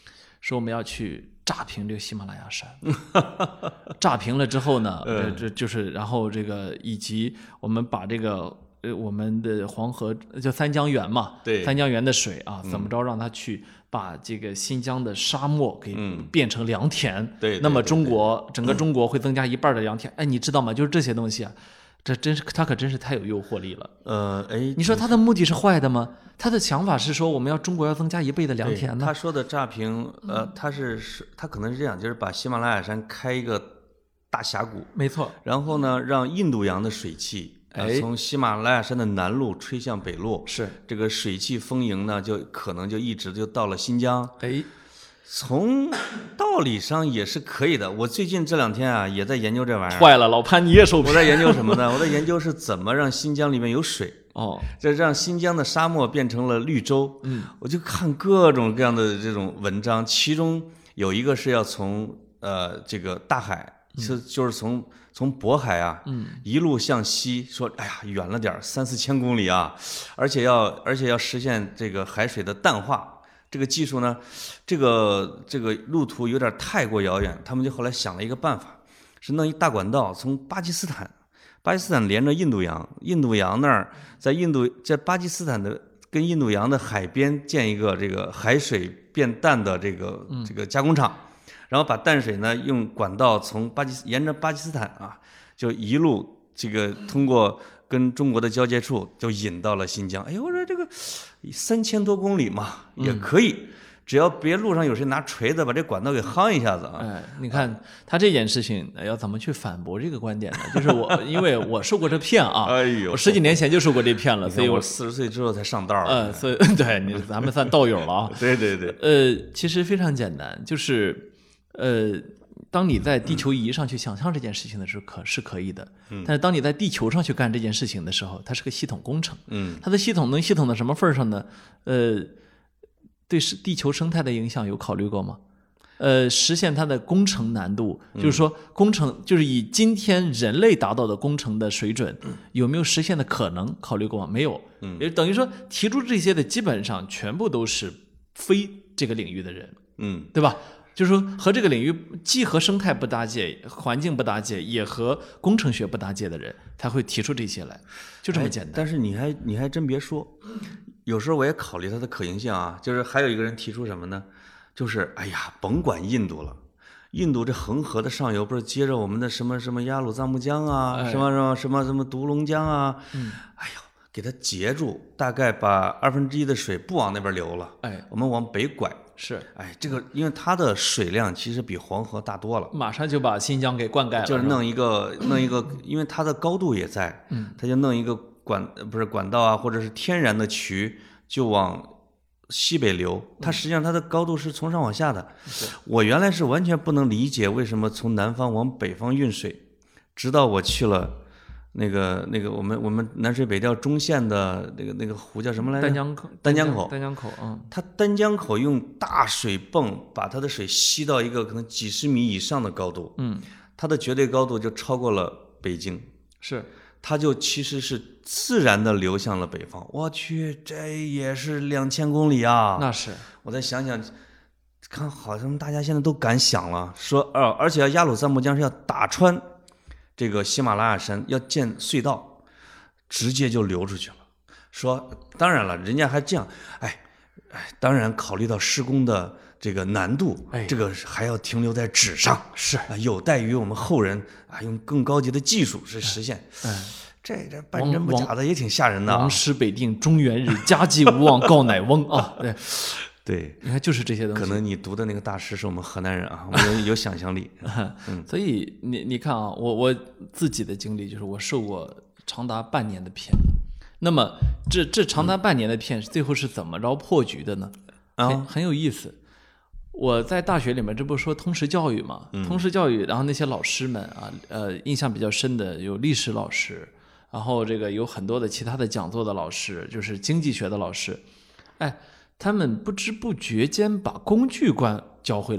说我们要去炸平这个喜马拉雅山，炸平了之后呢，这这就是然后这个以及我们把这个呃我们的黄河叫三江源嘛， 对， 三江源的水啊，怎么着让它去把这个新疆的沙漠给变成良田？ 嗯、对， 那么中国整个中国会增加一半的良田。哎，你知道吗？就是这些东西啊。这真是他可真是太有诱惑力了。 呃，哎， 你说他的目的是坏的吗？他的想法是说我们要中国要增加一倍的良田呢？ 他说的炸平，呃，他是是他可能是这样，就是把喜马拉雅山开一个大峡谷， 没错。 然后呢，让印度洋的水汽， 哎， 呃、从喜马拉雅山的南麓吹向北麓， 是这个水汽丰盈呢，就可能就一直就到了新疆。 哎。 从道理上也是可以的。我最近这两天啊，也在研究这玩意儿。 坏了，老潘你也受骗。 我在研究什么呢？我在研究是怎么让新疆里面有水。 哦， 这让新疆的沙漠变成了绿洲。 嗯， 我就看各种各样的这种文章，其中有一个是要从呃这个大海，就就是从从渤海啊， 嗯， 一路向西，说哎呀远了点，三四千公里啊，而且要而且要实现这个海水的淡化。这个技术呢，这个这个路途有点太过遥远，他们就后来想了一个办法，是弄一大管道从巴基斯坦，巴基斯坦连着印度洋，印度洋那儿在印度在巴基斯坦的跟印度洋的海边建一个这个海水变淡的这个这个加工厂，然后把淡水呢用管道从巴基沿着巴基斯坦啊，就一路这个通过跟中国的交界处就引到了新疆。哎呦，我说这个三千多公里嘛也可以，嗯、只要别路上有谁拿锤子把这管道给夯一下子啊！ 哎，你看他这件事情要怎么去反驳这个观点呢？就是我，因为我受过这骗啊， 哎呦， 我十几年前就受过这骗了，所以我四十岁之后才上道。 呃，所以对你咱们算道友了啊。 对对对。 呃，其实非常简单，就是呃。当你在地球仪上去想象这件事情的时候，可是可以的。但是当你在地球上去干这件事情的时候，它是个系统工程。 嗯， 它的系统能系统到什么份儿上呢？呃，对地球生态的影响有考虑过吗？呃，实现它的工程难度，就是说工程就是以今天人类达到的工程的水准，有没有实现的可能？考虑过吗？没有。 嗯， 也等于说提出这些的基本上全部都是非这个领域的人。 嗯， 对吧？就是说和这个领域既和生态不搭界，环境不搭界，也和工程学不搭界的人才会提出这些来，就这么简单。 哎、但是你还你还真别说，有时候我也考虑它的可行性啊。就是还有一个人提出什么呢？就是哎呀，甭管印度了，印度这恒河的上游不是接着我们的什么什么雅鲁藏布江啊， 哎、 什么什么什么什么独龙江啊， 嗯， 哎呦，给它截住，大概把二分之一的水不往那边流了， 哎， 我们往北拐。 是， 哎，这个因为它的水量其实比黄河大多了， 马上就把新疆给灌溉了， 就是弄一个弄一个，因为它的高度也在， 嗯， 它就弄一个管不是管道啊，或者是天然的渠，就往西北流。它实际上它的高度是从上往下的。 嗯、 我原来是完全不能理解为什么从南方往北方运水，直到我去了。那个那个，我们我们南水北调中线的那个那个湖叫什么来着？ 丹江口。 丹江口。 丹江口，嗯。 它丹江口用大水泵把它的水吸到一个可能几十米以上的高度， 嗯， 它的绝对高度就超过了北京， 是， 它就其实是自然的流向了北方。我去，这也是两千公里啊！ 那是， 我再想想，看好像大家现在都敢想了，说呃，而且雅鲁藏布江是要打穿。这个喜马拉雅山要建隧道，直接就流出去了。说当然了，人家还这样，哎哎，当然考虑到施工的这个难度， 哎， 这个还要停留在纸上， 是啊，有待于我们后人啊用更高级的技术是实现。 哎， 这这半真不假的也挺吓人的、啊。 王师北定中原日，家祭无忘告乃翁啊！对。 对， 你看就是这些东西。 可能你读的那个大师是我们河南人啊，我们有有想象力。 嗯，所以你你看啊，我我自己的经历就是我受过长达半年的骗。那么这这长达半年的骗，最后是怎么着破局的呢？ 啊、 很很有意思。我在大学里面，这不是说通识教育嘛？ 嗯、 通识教育，然后那些老师们啊，呃，印象比较深的有历史老师，然后这个有很多的其他的讲座的老师，就是经济学的老师，哎。他们不知不觉间把工具观教会了我，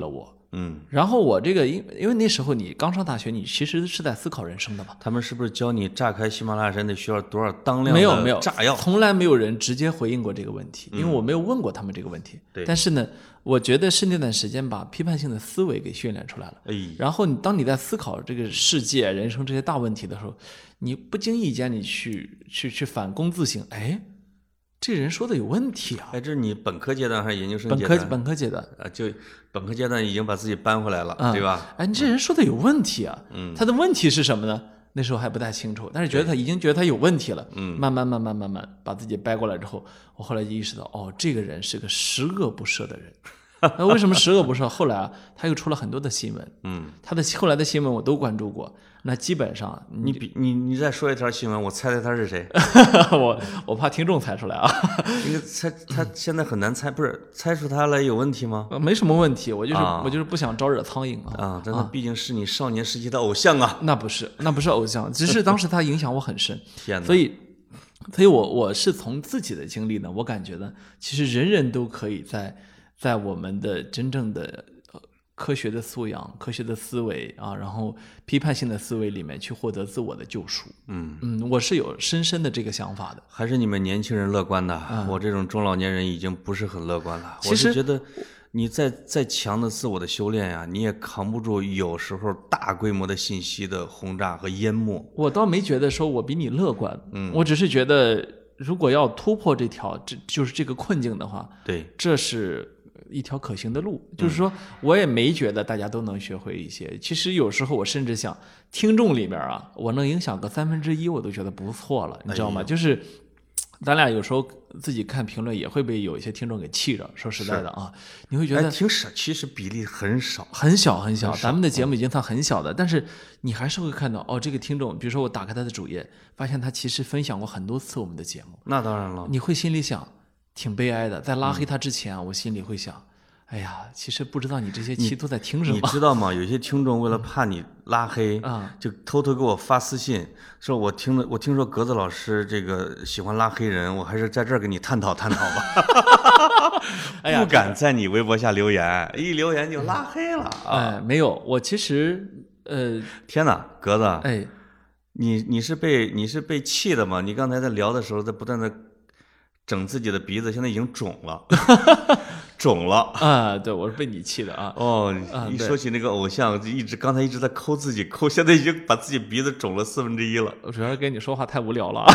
嗯， 然后我这个因因为那时候你刚上大学，你其实是在思考人生的嘛。 他们是不是教你炸开喜马拉雅山得需要多少当量没有没有的炸药？ 从来没有人直接回应过这个问题，因为我没有问过他们这个问题。 对， 但是呢，我觉得是那段时间把批判性的思维给训练出来了。 哎， 然后你当你在思考这个世界、人生这些大问题的时候，你不经意间你去去去反躬自省，哎。这人说的有问题啊！ 哎，这是你本科阶段还是研究生本阶段？ 科本科阶段啊，就本科阶段已经把自己搬回来了， 嗯、 对吧？ 哎，你这人说的有问题啊！ 嗯， 他的问题是什么呢？那时候还不太清楚，但是觉得他已经觉得他有问题了。 嗯， 慢慢慢慢慢慢把自己掰过来之后，我后来就意识到，哦，这个人是个十恶不赦的人。那为什么十恶不赦？后来啊，他又出了很多的新闻。 嗯， 他的后来的新闻我都关注过。那基本上你比你你再说一条新闻，我猜猜他是谁？ 我我怕听众猜出来啊。 这个猜他现在很难猜，不是猜出他来有问题吗？ 没什么问题，我就是、 啊、 我就是不想招惹苍蝇啊。 啊，但他毕竟是你少年时期的偶像啊。 那不是，那不是偶像，只是当时他影响我很深。 天哪！ 所以，所以我我是从自己的经历呢，我感觉呢，其实人人都可以在在我们的真正的。科学的素养、科学的思维啊，然后批判性的思维里面去获得自我的救赎。 嗯嗯，我是有深深的这个想法的。 还是你们年轻人乐观的，嗯、我这种中老年人已经不是很乐观了。 其实我是觉得，你再再强的自我的修炼呀、啊，你也扛不住有时候大规模的信息的轰炸和淹没。 我倒没觉得说我比你乐观， 嗯， 我只是觉得如果要突破这条这就是这个困境的话， 对， 这是。一条可行的路，就是说，我也没觉得大家都能学会一些。其实有时候我甚至想，听众里面啊，我能影响个三分之一，我都觉得不错了，你知道吗？ 哎、 就是咱俩有时候自己看评论，也会被有一些听众给气着。说实在的啊，你会觉得挺少，其实比例很少， 很小很小。咱们的节目已经算很小的，但是你还是会看到哦，这个听众，比如说我打开他的主页，发现他其实分享过很多次我们的节目。 那当然了， 你会心里想。挺悲哀的，在拉黑他之前、嗯、我心里会想，哎呀，其实不知道你这些期都在听什么。 你知道吗？有些听众为了怕你拉黑， 啊、嗯， 就偷偷给我发私信，说我听了，我听说格子老师这个喜欢拉黑人，我还是在这儿跟你探讨探讨吧。 哎呀， 不敢在你微博下留言，一留言就拉黑了。 哎，没有，我其实，呃， 天哪，格子， 哎， 你你是被你是被气的吗？你刚才在聊的时候，在不断的。整自己的鼻子现在已经肿了，肿了啊！对，我是被你气的啊！ 哦，一说起那个偶像，就一直刚才一直在抠自己抠，现在已经把自己鼻子肿了四分之一了。 我主要是跟你说话太无聊了。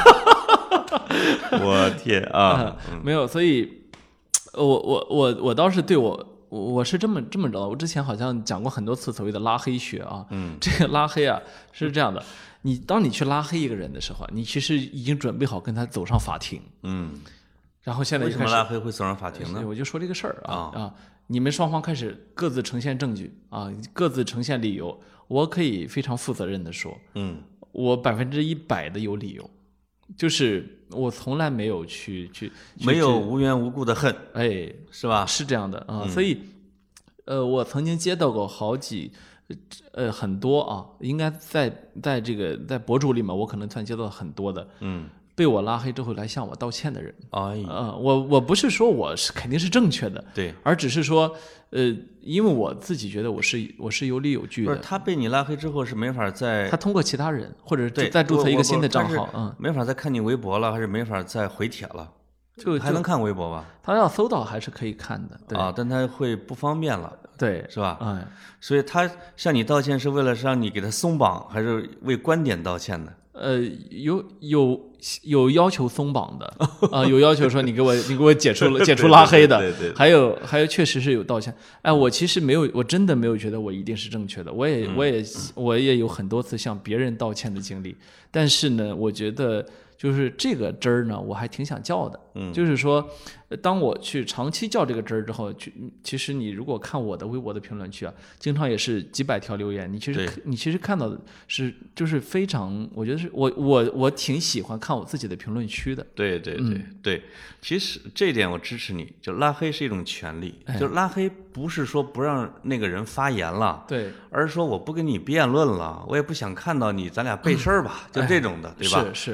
我天啊！ 嗯、没有，所以，我我我我倒是对我我是这么这么着，我之前好像讲过很多次所谓的拉黑学啊。 嗯， 这个拉黑啊是这样的。你当你去拉黑一个人的时候，你其实已经准备好跟他走上法庭。 嗯， 然后现在为什么拉黑会走上法庭呢？ 我就说这个事儿啊、 哦、 啊，你们双方开始各自呈现证据啊，各自呈现理由。我可以非常负责任的说， 嗯， 我百分之一百的有理由，就是我从来没有去去没有无缘无故的恨， 哎， 是吧？ 是这样的啊， 嗯、 所以，呃，我曾经接到过好几。呃，很多啊，应该在在这个在博主里面，我可能算接到很多的， 嗯， 被我拉黑之后来向我道歉的人。 哎， 呃，我我不是说我是肯定是正确的， 对， 而只是说，呃，因为我自己觉得我是我是有理有据的。 不是他被你拉黑之后是没法再他通过其他人或者再注册一个新的账号， 嗯，没法再看你微博了，还是没法再回帖了？ 就还能看微博吧？ 他要搜到还是可以看的，对啊，但他会不方便了。 对， 是吧？ 哎， 所以他向你道歉是为了让你给他松绑，还是为观点道歉呢？ 呃，有有有要求松绑的啊、呃，有要求说你给我你给我解除解除拉黑的， 对对对对， 还有还有确实是有道歉。哎，我其实没有，我真的没有觉得我一定是正确的，我也、嗯、我也我也有很多次向别人道歉的经历，但是呢，我觉得。就是这个汁儿呢，我还挺想叫的。 嗯， 就是说，当我去长期叫这个汁儿之后，其实你如果看我的微博的评论区啊，经常也是几百条留言，你其实你其实看到的是就是非常，我觉得是我我我挺喜欢看我自己的评论区的。 对对对、嗯、对，其实这一点我支持你，就拉黑是一种权利， 哎、 就拉黑不是说不让那个人发言了， 对， 而是说我不跟你辩论了，我也不想看到你，咱俩背事儿吧， 嗯、 就这种的， 哎、 对吧？ 是是， 这是个人。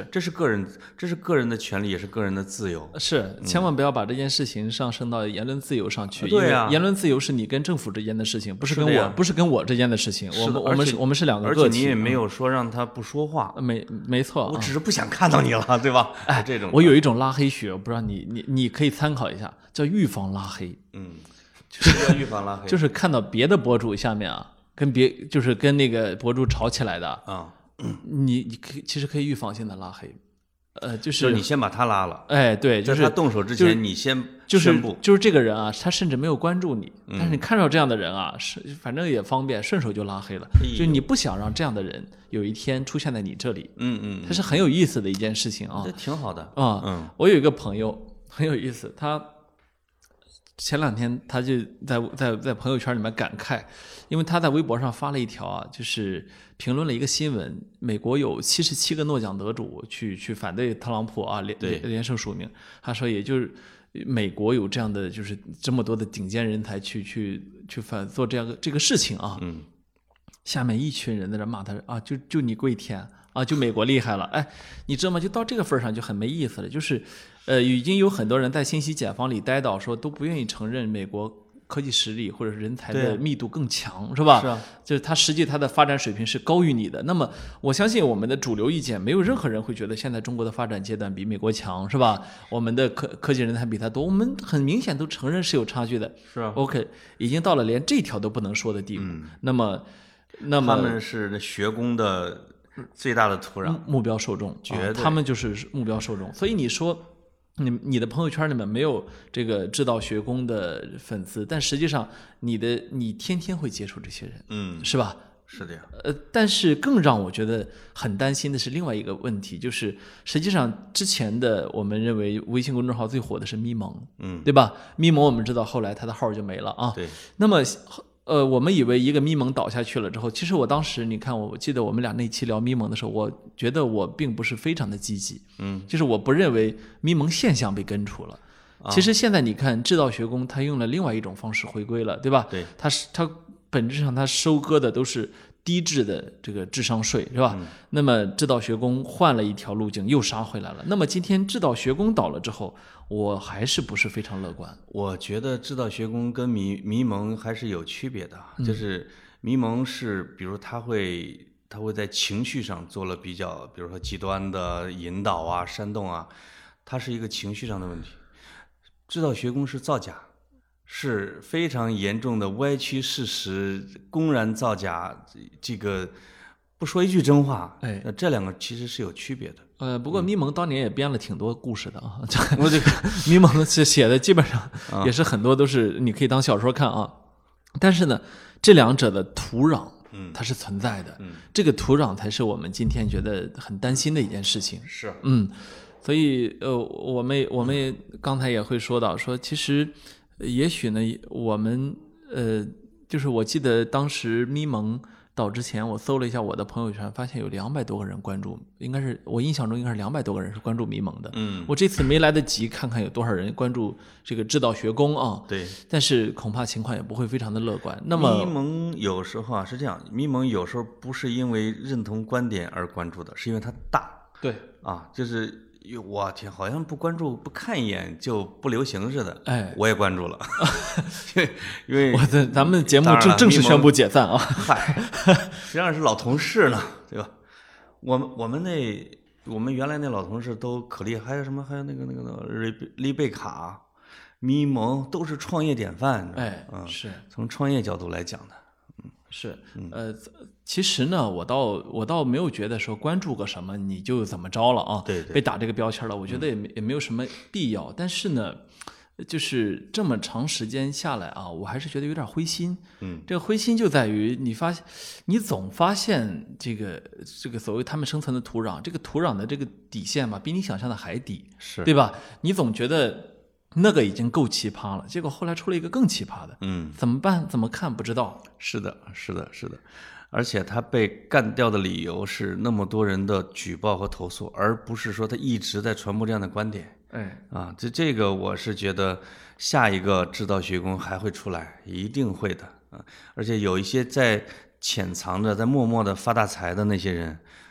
人，这是个人的权利，也是个人的自由。 是，千万不要把这件事情上升到言论自由上去。 对啊， 言论自由是你跟政府之间的事情，不是跟我，不是跟我之间的事情。我们我们是我们是两个个体。 而且你也没有说让他不说话。 没没错， 我只是不想看到你了，对吧？ 哎， 这种我有一种拉黑学，我不知道你你你可以参考一下，叫预防拉黑。 嗯，就是叫预防拉黑， 就是看到别的博主下面啊，跟别就是跟那个博主吵起来的啊。 你你可以其实可以预防性的拉黑，呃，就是就是你先把他拉了， 哎，对，就是在他动手之前，你先宣布， 就是就是这个人啊，他甚至没有关注你，但是你看到这样的人啊，是反正也方便，顺手就拉黑了。就是你不想让这样的人有一天出现在你这里， 嗯嗯， 这是很有意思的一件事情啊， 这挺好的啊。嗯，我有一个朋友很有意思，他前两天他就在在在朋友圈里面感慨，因为他在微博上发了一条啊，就是评论了一个新闻，美国有七十七个诺奖得主去去反对特朗普啊，连连胜署名。他说，也就是美国有这样的就是这么多的顶尖人才去去去反做这样的这个事情啊， 嗯， 下面一群人在这骂他啊，就就你跪天啊，就美国厉害了，哎，你知道吗？就到这个份上就很没意思了，就是。呃，已经有很多人在信息茧房里待到，说都不愿意承认美国科技实力或者是人才的密度更强，是吧？ 是啊， 就是它实际它的发展水平是高于你的。那么我相信我们的主流意见，没有任何人会觉得现在中国的发展阶段比美国强，是吧？我们的科科技人才比他多，我们很明显都承认是有差距的。 是啊 ，OK， 已经到了连这条都不能说的地步。 嗯、 那么，那么他们是学工的最大的土壤， 目标受众， 绝对、啊， 他们就是目标受众。所以你说。你你的朋友圈里面没有这个知道学工的粉丝，但实际上你的你天天会接触这些人， 嗯， 是吧？ 是的呀。 呃，但是更让我觉得很担心的是另外一个问题，就是实际上之前的我们认为微信公众号最火的是咪蒙， 嗯， 对吧？咪蒙我们知道后来他的号就没了啊。 对。 那么呃，我们以为一个咪蒙倒下去了之后，其实我当时你看，我记得我们俩那期聊咪蒙的时候，我觉得我并不是非常的积极， 嗯， 就是我不认为咪蒙现象被根除了。 啊、 其实现在你看，智道学宫他用了另外一种方式回归了，对吧？ 对， 他是他本质上他收割的都是低质的这个智商税，是吧？ 嗯、 那么智道学宫换了一条路径，又杀回来了。那么今天智道学宫倒了之后，我还是不是非常乐观。 我觉得智道学宫跟迷迷蒙还是有区别的， 嗯、 就是迷蒙是，比如他会他会在情绪上做了比较，比如说极端的引导啊、煽动啊，它是一个情绪上的问题。智道学宫是造假，是非常严重的歪曲事实、公然造假，这个不说一句真话。 哎， 这两个其实是有区别的。 呃，不过咪蒙当年也编了挺多故事的啊，我这个咪蒙是写的基本上也是很多都是你可以当小说看啊。但是呢，这两者的土壤， 嗯， 它是存在的， 嗯， 这个土壤才是我们今天觉得很担心的一件事情。 是， 嗯，所以呃，我们我们刚才也会说到说，其实也许呢，我们呃，就是我记得当时咪蒙倒之前，我搜了一下我的朋友圈，发现有两百多个人关注，应该是我印象中应该是两百多个人是关注咪蒙的。 嗯， 我这次没来得及看看有多少人关注这个智道学宫啊。 对， 但是恐怕情况也不会非常的乐观。那么咪蒙有时候啊是这样，咪蒙有时候不是因为认同观点而关注的，是因为它大。 对啊，就是我天，好像不关注不看一眼就不流行似的。 哎， 我也关注了，因为我的咱们节目正正式宣布解散啊！ 嗨，实际上是老同事呢，对吧？我们我们那我们原来那老同事都可厉害，还有什么还有那个那个那个瑞丽贝卡、咪蒙都是创业典范。 哎， 嗯， 是从创业角度来讲的。嗯， 是，呃，其实呢，我倒我倒没有觉得说关注个什么你就怎么着了啊， 对对， 被打这个标签了，我觉得也没、嗯、也没有什么必要。但是呢，就是这么长时间下来啊，我还是觉得有点灰心。 嗯， 这个灰心就在于你发现，你总发现这个这个所谓他们生存的土壤，这个土壤的这个底线吧，比你想象的还低， 是对吧？你总觉得那个已经够奇葩了，结果后来出了一个更奇葩的， 嗯， 怎么办？怎么看？不知道。 是的，是的，是的，而且他被干掉的理由是那么多人的举报和投诉，而不是说他一直在传播这样的观点。 哎， 啊，这这个我是觉得下一个智道学宫还会出来，一定会的啊！而且有一些在潜藏着、在默默的发大财的那些人，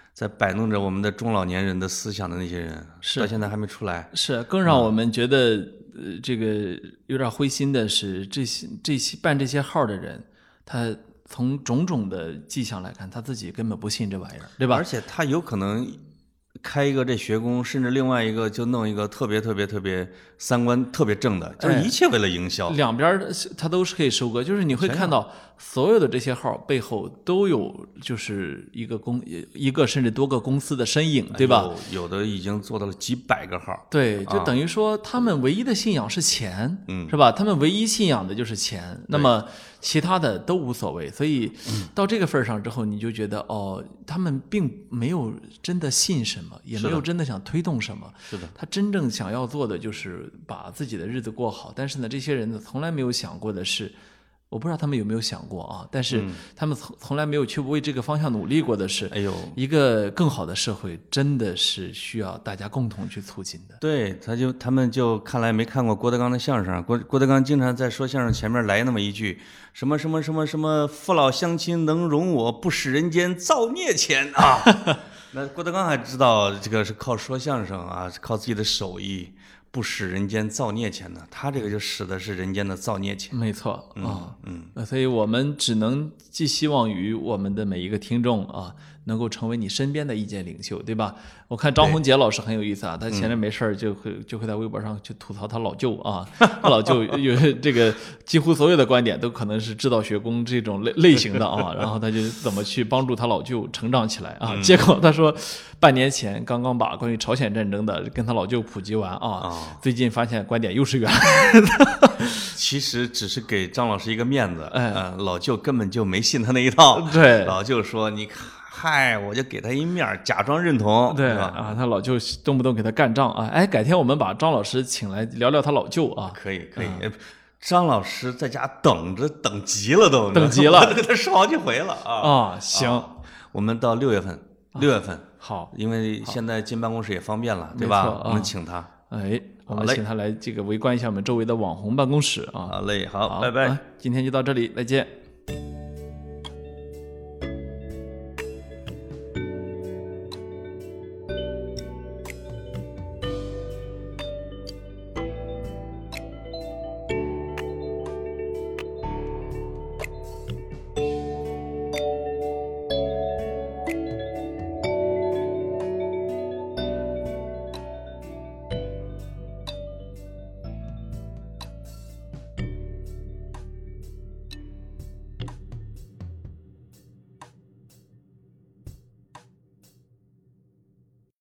在摆弄着我们的中老年人的思想的那些人， 是到现在还没出来。 是，更让我们觉得、呃、这个有点灰心的是，这些这些办这些号的人，他从种种的迹象来看，他自己根本不信这玩意儿，对吧？ 而且他有可能开一个这学宫，甚至另外一个就弄一个特别特别特别三观特别正的，就是一切为了营销。 哎、两边他都是可以收割，就是你会看到所有的这些号背后都有就是一个公一个甚至多个公司的身影，对吧？ 有, 有的已经做到了几百个号。 对，就等于说他们唯一的信仰是钱，嗯，是吧？他们唯一信仰的就是钱，那么其他的都无所谓。所以到这个份上之后，你就觉得哦，他们并没有真的信什么，也没有真的想推动什么。 是的， 他真正想要做的就是把自己的日子过好。但是呢，这些人呢，从来没有想过的是。我不知道他们有没有想过啊，但是他们从从来没有去为这个方向努力过的是， 哎呦， 一个更好的社会真的是需要大家共同去促进的。 对，他就他们就看来没看过郭德纲的相声，郭郭德纲经常在说相声前面来那么一句什么什么什么什么父老乡亲能容我，不使人间造孽钱啊。那郭德纲还知道这个是靠说相声啊，靠自己的手艺。不使人间造孽钱呢，他这个就使的是人间的造孽钱。 没错啊， 嗯， 嗯，所以我们只能寄希望于我们的每一个听众啊，能够成为你身边的意见领袖，对吧？我看张宏杰老师很有意思啊，他闲着没事儿就会、嗯、就会在微博上去吐槽他老舅啊，他老舅有这个几乎所有的观点都可能是知道学宫这种类类型的啊，然后他就怎么去帮助他老舅成长起来啊。 嗯、 结果他说，半年前刚刚把关于朝鲜战争的跟他老舅普及完啊，哦、最近发现观点又是原来的。 其实只是给张老师一个面子， 哎， 呃、老舅根本就没信他那一套。 对， 老舅说你看。嗨，我就给他一面，假装认同， 对啊，他老舅动不动给他干仗啊！哎，改天我们把张老师请来聊聊他老舅啊。 可以，可以。嗯、张老师在家等着，等急了都， 等急了， 跟他说好几回了啊。 啊，行， 啊、我们到六月份，六月份、啊、 好， 因为现在进办公室也方便了，对吧？ 啊、 我们请他， 哎，我们请他来这个围观一下我们周围的网红办公室啊。 好嘞，好， 好拜拜、 啊。今天就到这里，再见。